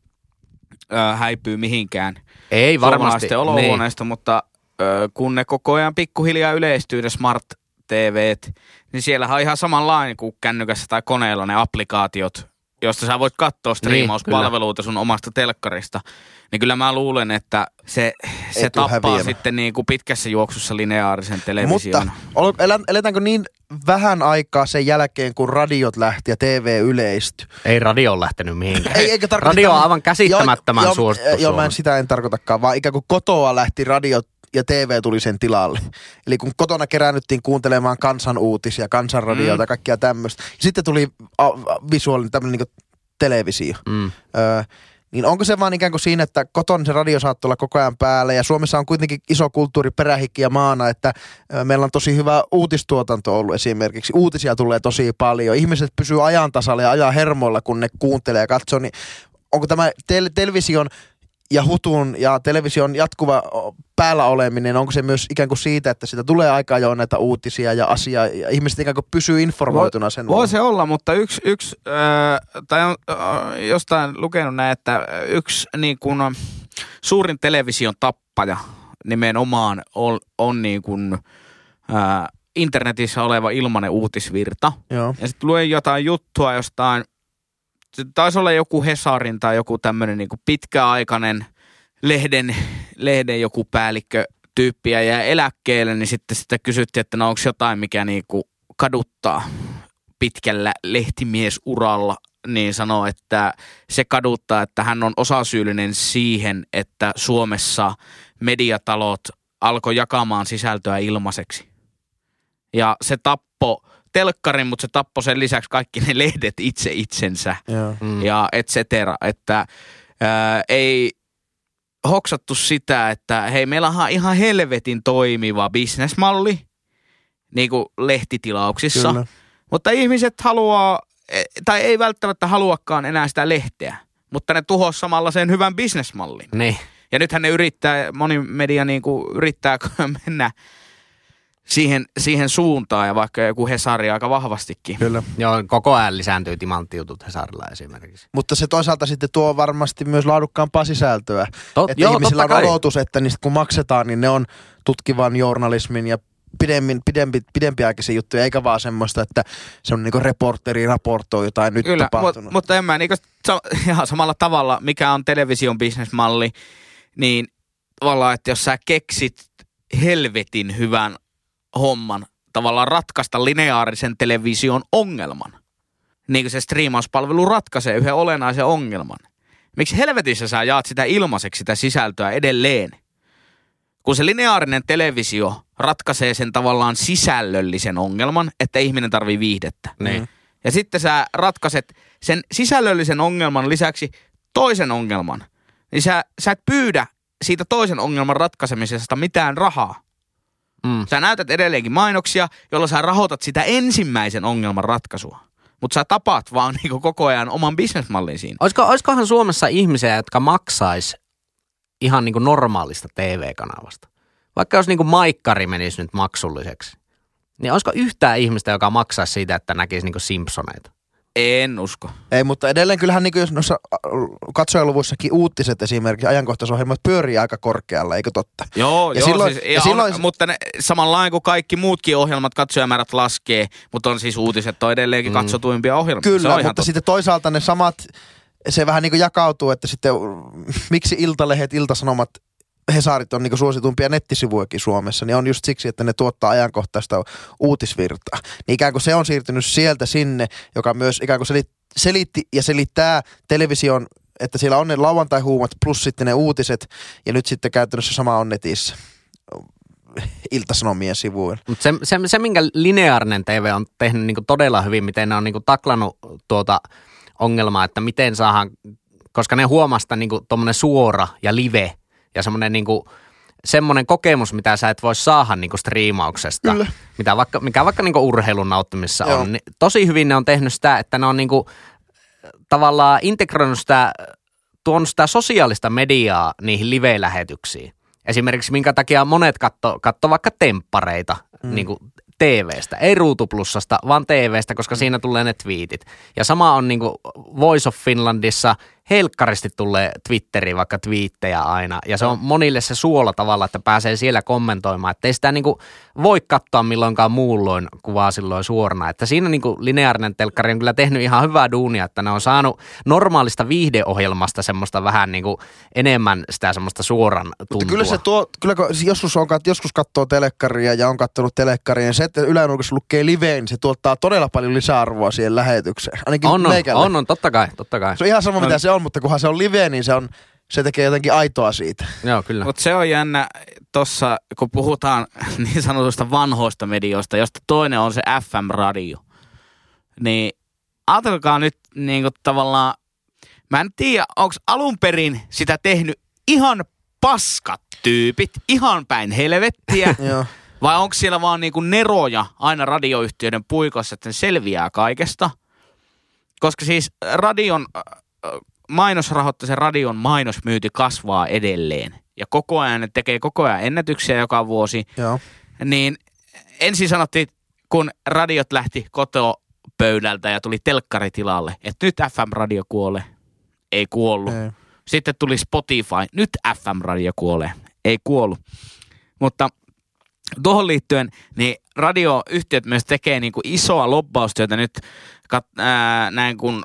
häipyy mihinkään. Ei varmasti. Suomalaisten olohuoneesta, mutta kun ne koko ajan pikkuhiljaa yleistyy ne smart-TVt, niin siellähän on ihan samanlainen kuin kännykässä tai koneella ne applikaatiot, josta sä voit katsoa striimauspalveluita sun omasta telkkarista. Niin kyllä mä luulen, että se tappaa sitten niin kuin pitkässä juoksussa lineaarisen television. Mutta eletäänkö niin vähän aikaa sen jälkeen, kun radiot lähti ja TV yleistyi? Ei radio ole lähtenyt mihinkään. Eikä radio on aivan käsittämättömän suosittu. Joo, mä en sitä en tarkoitakaan, vaan ikään kuin kotoa lähti radiot ja TV tuli sen tilalle. Eli kun kotona keräännyttiin kuuntelemaan kansan uutisia, kansanradioita ja kaikkia tämmöistä. Sitten tuli visuaalinen tämmöinen niin kuin televisio. Niin onko se vaan ikään kuin siinä, että kotona se radio saattaa olla koko ajan päällä ja Suomessa on kuitenkin iso kulttuuriperähikki ja maana, että meillä on tosi hyvä uutistuotanto ollut esimerkiksi. Uutisia tulee tosi paljon. Ihmiset pysyy ajan tasalla ja ajaa hermoilla, kun ne kuuntelee ja katsoo. Niin onko tämä television ja hutun ja television jatkuva päällä oleminen, onko se myös ikään kuin siitä, että siitä tulee aika ajoin näitä uutisia ja asiaa, ja ihmiset ikään kuin pysyy informoituna sen? Voi se olla, mutta tai on jostain lukenut näin, että yksi niin kuin suurin television tappaja nimenomaan on niin kuin internetissä oleva ilmainen uutisvirta. Joo. Ja sitten luen jotain juttua jostain, se taisi olla joku Hesarin tai joku tämmöinen niin kuin pitkäaikainen lehden joku päällikkö-tyyppi ja jäi eläkkeelle, niin sitten sitä kysyttiin, että no onko jotain, mikä niin kuin kaduttaa pitkällä lehtimiesuralla, niin sanoo, että se kaduttaa, että hän on osasyyllinen siihen, että Suomessa mediatalot alkoi jakamaan sisältöä ilmaiseksi. Ja se tappoi telkkarin, mutta se tappoi sen lisäksi kaikki ne lehdet itsensä ja et cetera, että ei hoksattu sitä, että hei, meillä on ihan helvetin toimiva bisnesmalli niin kuin lehtitilauksissa, Kyllä. Mutta ihmiset haluaa, tai ei välttämättä haluakaan enää sitä lehteä, mutta ne tuhoaa samalla sen hyvän bisnesmallin. Niin. Ja nythän ne moni media niin kuin yrittää mennä siihen suuntaan ja vaikka joku Hesari aika vahvastikin. Kyllä. Joo, koko ajan lisääntyy timanttijutut Hesarilla esimerkiksi. Mutta se toisaalta sitten tuo varmasti myös laadukkaampaa sisältöä. Että ihmisillä on odotus, että niistä kun maksetaan, niin ne on tutkivan journalismin ja pidempiaikaisia juttuja, eikä vaan semmoista, että se on niinku reporteri raportoi jotain nyt Kyllä, tapahtunut. mutta en mä niinku ihan samalla tavalla, mikä on television bisnesmalli, niin tavallaan, että jos sä keksit helvetin hyvän homman tavallaan ratkaista lineaarisen television ongelman, niin kuin se striimauspalvelu ratkaisee yhden olennaisen ongelman, Miksi helvetissä sä jaat sitä ilmaiseksi sitä sisältöä edelleen? Kun se lineaarinen televisio ratkaisee sen tavallaan sisällöllisen ongelman, että ihminen tarvii viihdettä. Niin. Ja sitten sä ratkaiset sen sisällöllisen ongelman lisäksi toisen ongelman. Niin sä et pyydä siitä toisen ongelman ratkaisemisesta mitään rahaa. Sä näytät edelleenkin mainoksia, jolla sä rahoitat sitä ensimmäisen ongelman ratkaisua. Mutta sä tapaat vaan niinku koko ajan oman bisnesmallin siinä. Olisikohan Suomessa ihmisiä, jotka maksaisi ihan niinku normaalista TV-kanavasta? Vaikka jos niinku maikkari menisi nyt maksulliseksi, niin olisiko yhtään ihmistä, joka maksaisi siitä, että näkisi niinku Simpsoneita? En usko. Ei, mutta edelleen kyllähän niin jos noissa katsojaluvuissakin uutiset esimerkiksi ajankohtaisohjelmat pyörii aika korkealla, eikö totta? Joo, silloin, silloin, mutta samanlainen kuin kaikki muutkin ohjelmat, katsojamäärät laskee, mutta on siis uutiset on edelleenkin katsotuimpia ohjelmia. Kyllä, mutta sitten toisaalta ne samat, se vähän niin kuin jakautuu, että sitten miksi Iltalehdet, Iltasanomat, Hesarit on niin suositumpia nettisivujakin Suomessa, niin on just siksi, että ne tuottaa ajankohtaista uutisvirtaa. Niin ikään kuin se on siirtynyt sieltä sinne, joka myös ikään kuin selitti ja selittää television, että siellä on ne lauantai-huumat plus sitten ne uutiset, ja nyt sitten käytännössä sama on netissä Ilta-Sanomien sivuilla. Mutta se, minkä lineaarinen TV on tehnyt niinku todella hyvin, miten ne on niinku taklannut tuota ongelmaa, että miten saadaan, koska ne huomasta niinku tommonen suora ja live, ja semmoinen kokemus, mitä sä et voi saada niinku striimauksesta, mikä vaikka niinku urheilun nauttimissa on. Niin tosi hyvin ne on tehnyt sitä, että ne on niinku tavallaan integroinut sitä, tuonut sitä sosiaalista mediaa niihin live-lähetyksiin. Esimerkiksi minkä takia monet katsoo vaikka temppareita niinku TV:stä, ei Ruutuplussasta, vaan TV:stä, koska siinä tulee ne twiitit. Ja sama on niinku Voice of Finlandissa, helkkaristi tulee Twitteriin vaikka twiittejä aina. Ja se on monille se suola tavalla, että pääsee siellä kommentoimaan. Että ei sitä niinku voi katsoa milloinkaan muulloin kuvaa silloin suorana. Että siinä niinku lineaarinen telkkari on kyllä tehnyt ihan hyvää duunia, että ne on saanut normaalista viihdeohjelmasta semmoista vähän niinku enemmän sitä semmoista suoran tuntua. Mutta kyllä se kyllä joskus katsoo telekkaria ja on katsonut telekkaria, niin se, että Ylänurkassa lukee liveen, niin se tuottaa todella paljon lisäarvoa siihen lähetykseen. Ainakin meikälle. On, totta kai. Se on ihan sama, mitä se on, mutta kunhan se on live, niin se tekee jotenkin aitoa siitä. Joo, kyllä. Mutta se on jännä tossa, kun puhutaan niin sanotusta vanhoista medioista, josta toinen on se FM-radio. Niin ajatelkaa nyt niinku tavallaan, mä en tiedä, onko alun perin sitä tehnyt ihan paskat tyypit, ihan päin helvettiä. Vai onko siellä vaan niinku neroja aina radioyhtiöiden puikossa, että ne selviää kaikesta? Koska siis mainosrahoitteisen radion mainosmyynti kasvaa edelleen. Ja koko ajan ne tekee koko ajan ennätyksiä joka vuosi. Joo. Niin ensin sanottiin, kun radiot lähti kotopöydältä ja tuli telkkaritilalle, että nyt FM-radio kuolee. Ei kuollut. Ei. Sitten tuli Spotify, nyt FM-radio kuolee. Ei kuollut. Mutta tuohon liittyen, niin radioyhtiöt myös tekee niinku isoa lobbaustyötä nyt, näin kun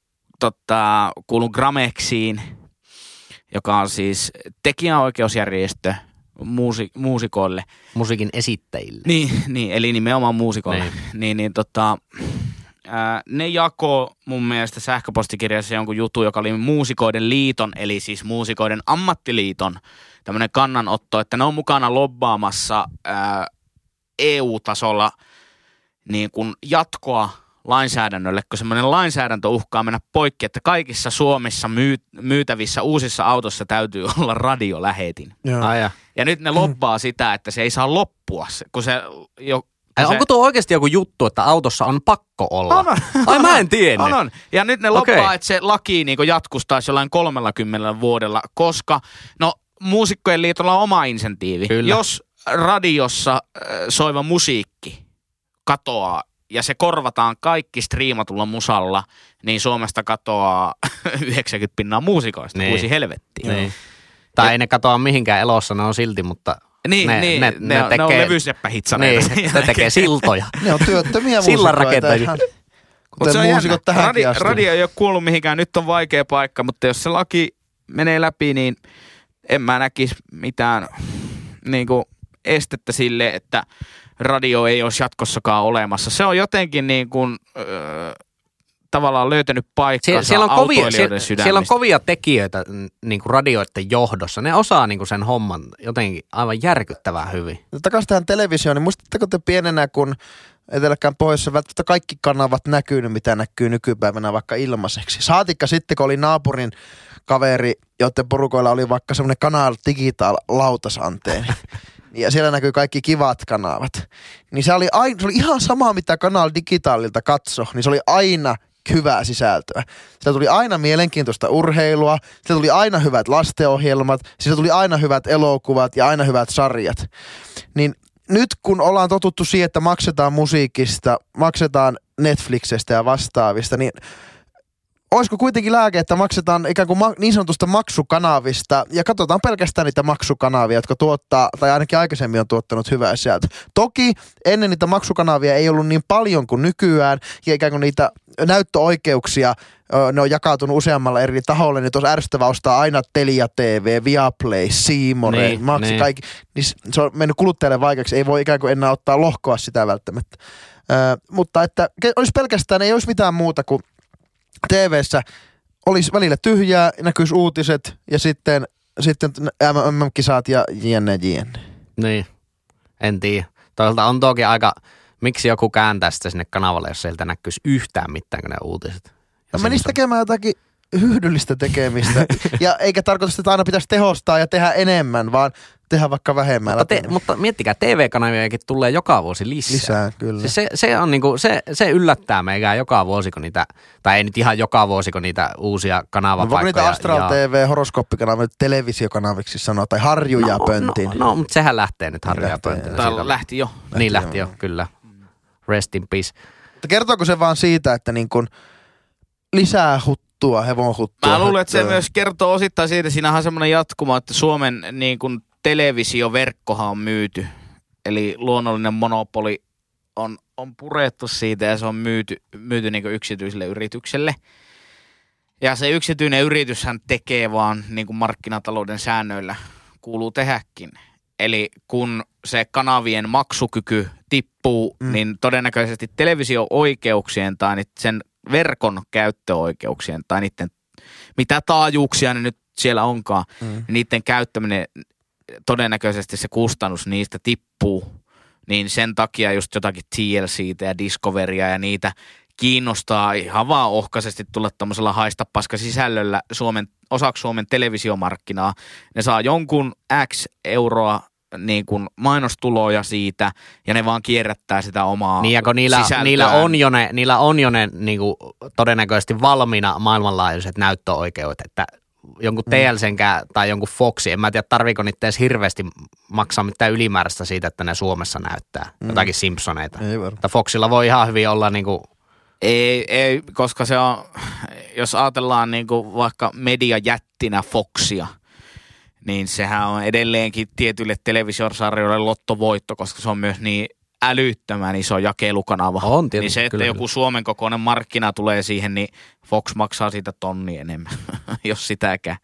kuulun Gramexiin, joka on siis tekijänoikeusjärjestö muusikoille. Musiikin esittäjille. Niin, eli nimenomaan muusikoille. Ne jakoo mun mielestä sähköpostikirjassa jonkun jutun, joka oli Muusikoiden liiton, eli siis Muusikoiden ammattiliiton tämmöinen kannanotto, että ne on mukana lobbaamassa EU-tasolla niin kuin jatkoa lainsäädännölle, kun semmoinen lainsäädäntö uhkaa mennä poikki, että kaikissa Suomessa myytävissä uusissa autossa täytyy olla radiolähetin. Ja nyt ne lobbaa sitä, että se ei saa loppua, kun se onko tuo oikeasti joku juttu, että autossa on pakko olla? On. Ai mä en tiennyt. On. Ja nyt ne loppaa, että se laki niin jatkustaisi jollain 30 vuodella, koska Muusikkojen liitolla on oma insentiivi. Kyllä. Jos radiossa soiva musiikki katoaa ja se korvataan kaikki striimatulla musalla, niin Suomesta katoaa 90% muusikoista, kuisi helvettiin. Niin. Tai ei ne katoa mihinkään elossa, ne on silti, mutta ne on levyseppähitsaneita. Niin, ne tekee siltoja. Ne on työttömiä sillanrakentajia. Mutta se on muusikot tähänkin asti. Radio ei ole kuollut mihinkään, nyt on vaikea paikka, mutta jos se laki menee läpi, niin en mä näkisi mitään niinku estettä sille, että radio ei olisi jatkossakaan olemassa. Se on jotenkin niin kuin, tavallaan löytänyt paikkansa autoilijoiden sydämistä. Siellä on kovia tekijöitä niin kuin radioiden johdossa. Ne osaa niin kuin sen homman jotenkin aivan järkyttävän hyvin. Takaisin tähän televisioon, niin muistatteko te pienenä, kun eteläkään pohjoisessa välttämättä kaikki kanavat näkyy, mitä näkyy nykypäivänä vaikka ilmaiseksi. Saatikka sitten, kun oli naapurin kaveri, joiden porukoilla oli vaikka semmoinen Canal Digital lautasanteeni. Ja siellä näkyy kaikki kivat kanavat. Niin se oli ihan sama, mitä Canal Digitalilta katso, niin se oli aina hyvää sisältöä. Sieltä tuli aina mielenkiintoista urheilua, sieltä tuli aina hyvät lastenohjelmat, sieltä tuli aina hyvät elokuvat ja aina hyvät sarjat. Niin nyt kun ollaan totuttu siihen, että maksetaan musiikista, maksetaan Netflixistä ja vastaavista, niin olisiko kuitenkin lääke, että maksetaan ikään kuin niin sanotusta maksukanavista ja katsotaan pelkästään niitä maksukanavia, jotka tuottaa, tai ainakin aikaisemmin on tuottanut hyvää sieltä. Toki ennen niitä maksukanavia ei ollut niin paljon kuin nykyään ja ikään kuin niitä näyttöoikeuksia, ne on jakautunut useammalla eri taholle, niin tuossa ärsyttävää ostaa aina Telia TV, Viaplay, C More, Maxi, kaikki. Niin se on mennyt kuluttajalle vaikeaksi, ei voi ikään kuin enää ottaa lohkoa sitä välttämättä. Mutta että olisi pelkästään, ei olisi mitään muuta kuin TV:ssä olisi välillä tyhjää, näkyisi uutiset ja sitten MM-kisat ja jne. Niin, en tiedä. Toisaalta on toki aika, miksi joku kääntää sitä sinne kanavalle, jos sieltä näkyisi yhtään mitään kuin ne uutiset. Ja menisi tekemään jotakin hyödyllistä tekemistä. Ja eikä tarkoita, että aina pitäisi tehostaa ja tehdä enemmän, vaan tehdä vaikka vähemmän. Mutta miettikää, TV-kanaviakin tulee joka vuosi lisää. Kyllä. Se on niinku, se yllättää meikään joka vuosi, kun niitä, tai ei nyt ihan joka vuosi, kun niitä uusia kanavapaikkoja. Voiko niitä Astral TV, horoskooppikanavia, televisiokanaviksi sanoa, tai Harju ja Pöntin? No, mutta sehän lähtee nyt Harju ja Pöntin. Tai lähti jo. Niin lähti jo, kyllä. Rest in peace. Mutta kertooko se vaan siitä, että niin kun lisää huttua, hevonhuttua? Mä luulen, että se myös kertoo osittain siitä, siinähän on semmoinen jatkuma, että Suomen niin kun televisioverkkohan on myyty. Eli luonnollinen monopoli on purettu siitä ja se on myyty niin kuin yksityiselle yritykselle. Ja se yksityinen yrityshän tekee vaan niin kuin markkinatalouden säännöillä kuuluu tehdäkin. Eli kun se kanavien maksukyky tippuu, niin todennäköisesti televisio-oikeuksien tai sen verkon käyttöoikeuksien tai niiden, mitä taajuuksia ne nyt siellä onkaan, niiden käyttäminen, todennäköisesti se kustannus niistä tippuu, niin sen takia just jotakin TLCtä ja Discoveria ja niitä kiinnostaa ihan vaan ohkaisesti tulla tämmöisellä haistapaska-sisällöllä osaksi Suomen televisiomarkkinaa. Ne saa jonkun X euroa niin kuin mainostuloja siitä ja ne vaan kierrättää sitä omaa niin, ja kun niillä on jo ne niin kuin todennäköisesti valmiina maailmanlaajuiset näyttöoikeudet, että jonkun TLCnkään tai jonkun Foxin, en mä tiedä tarviiko niitä edes hirveästi maksaa mitään ylimääräistä siitä, että ne Suomessa näyttää jotakin Simpsoneita. Mutta Foxilla voi ihan hyvin olla niinku... Ei, koska se on, jos ajatellaan niinku vaikka mediajättinä Foxia, niin sehän on edelleenkin tietyille televisiosarjoille lottovoitto, koska se on myös niin älyttömän iso jakelukanava. On tietysti, niin se, että joku Suomen kokoinen markkina tulee siihen, niin Fox maksaa siitä tonni enemmän, jos sitäkään.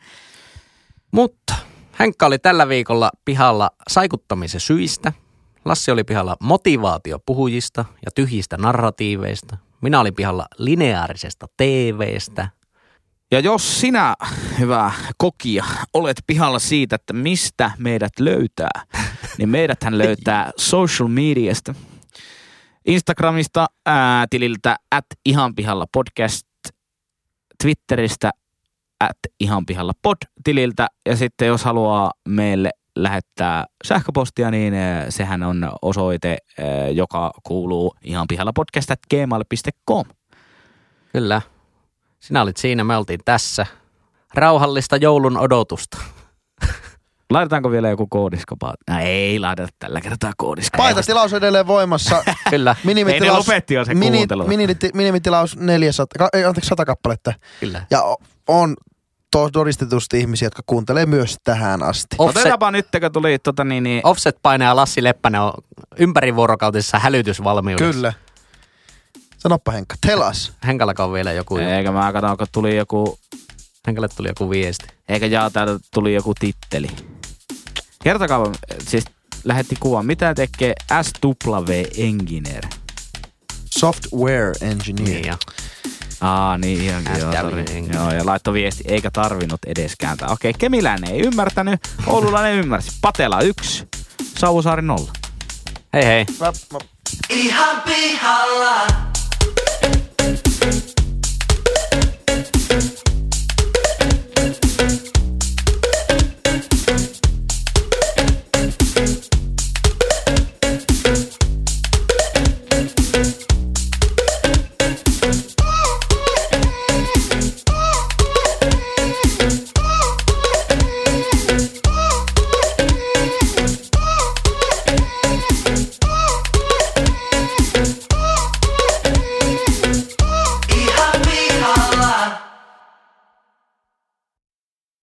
Mutta Henkka oli tällä viikolla pihalla saikuttamisen syistä. Lassi oli pihalla motivaatiopuhujista ja tyhjistä narratiiveista. Minä olin pihalla lineaarisesta TV:stä. Ja jos sinä, hyvä kokija, olet pihalla siitä, että mistä meidät löytää, niin meidäthän löytää social mediasta. Instagramista tililtä @ihanpihallapodcast, Twitteristä @ihanpihallapod tililtä ja sitten jos haluaa meille lähettää sähköpostia, niin sehän on osoite, joka kuuluu ihanpihallapodcast@gmail.com. Kyllä. Sinä olit siinä, me oltiin tässä. Rauhallista joulun odotusta. Laitetaanko vielä joku koodiskopaa? Ei laiteta tällä kertaa koodiskopaa. Paitatilaus edelleen voimassa. Kyllä. Ei ne lopetti jo se kuuntelu. Minimitilaus 100 kappaletta. Kyllä. Ja on todistetusti ihmisiä, jotka kuuntelee myös tähän asti. Otetaanpa nyt, kun tuli Offset-paine ja Lassi Leppänen on ympärivuorokautisessa hälytysvalmiudessa. Kyllä. Sanoppa Henkka, tell us. Henkalla on vielä joku. Eikä mä katson, kun tuli joku... Henkalle tuli joku viesti. Eikä täältä tuli joku titteli. Kertokaa, siis lähetti kuvan. Mitä tekee SW Engineer? Software Engineer. Niin Niin ihan kyllä. Joo, ja laittoi viesti, eikä tarvinnut edes kääntää. Okei, Kemiläinen ei ymmärtänyt, Oululainen ymmärsi. Patela 1, Sauvusaari 0. Hei hei. Ihan pihalla.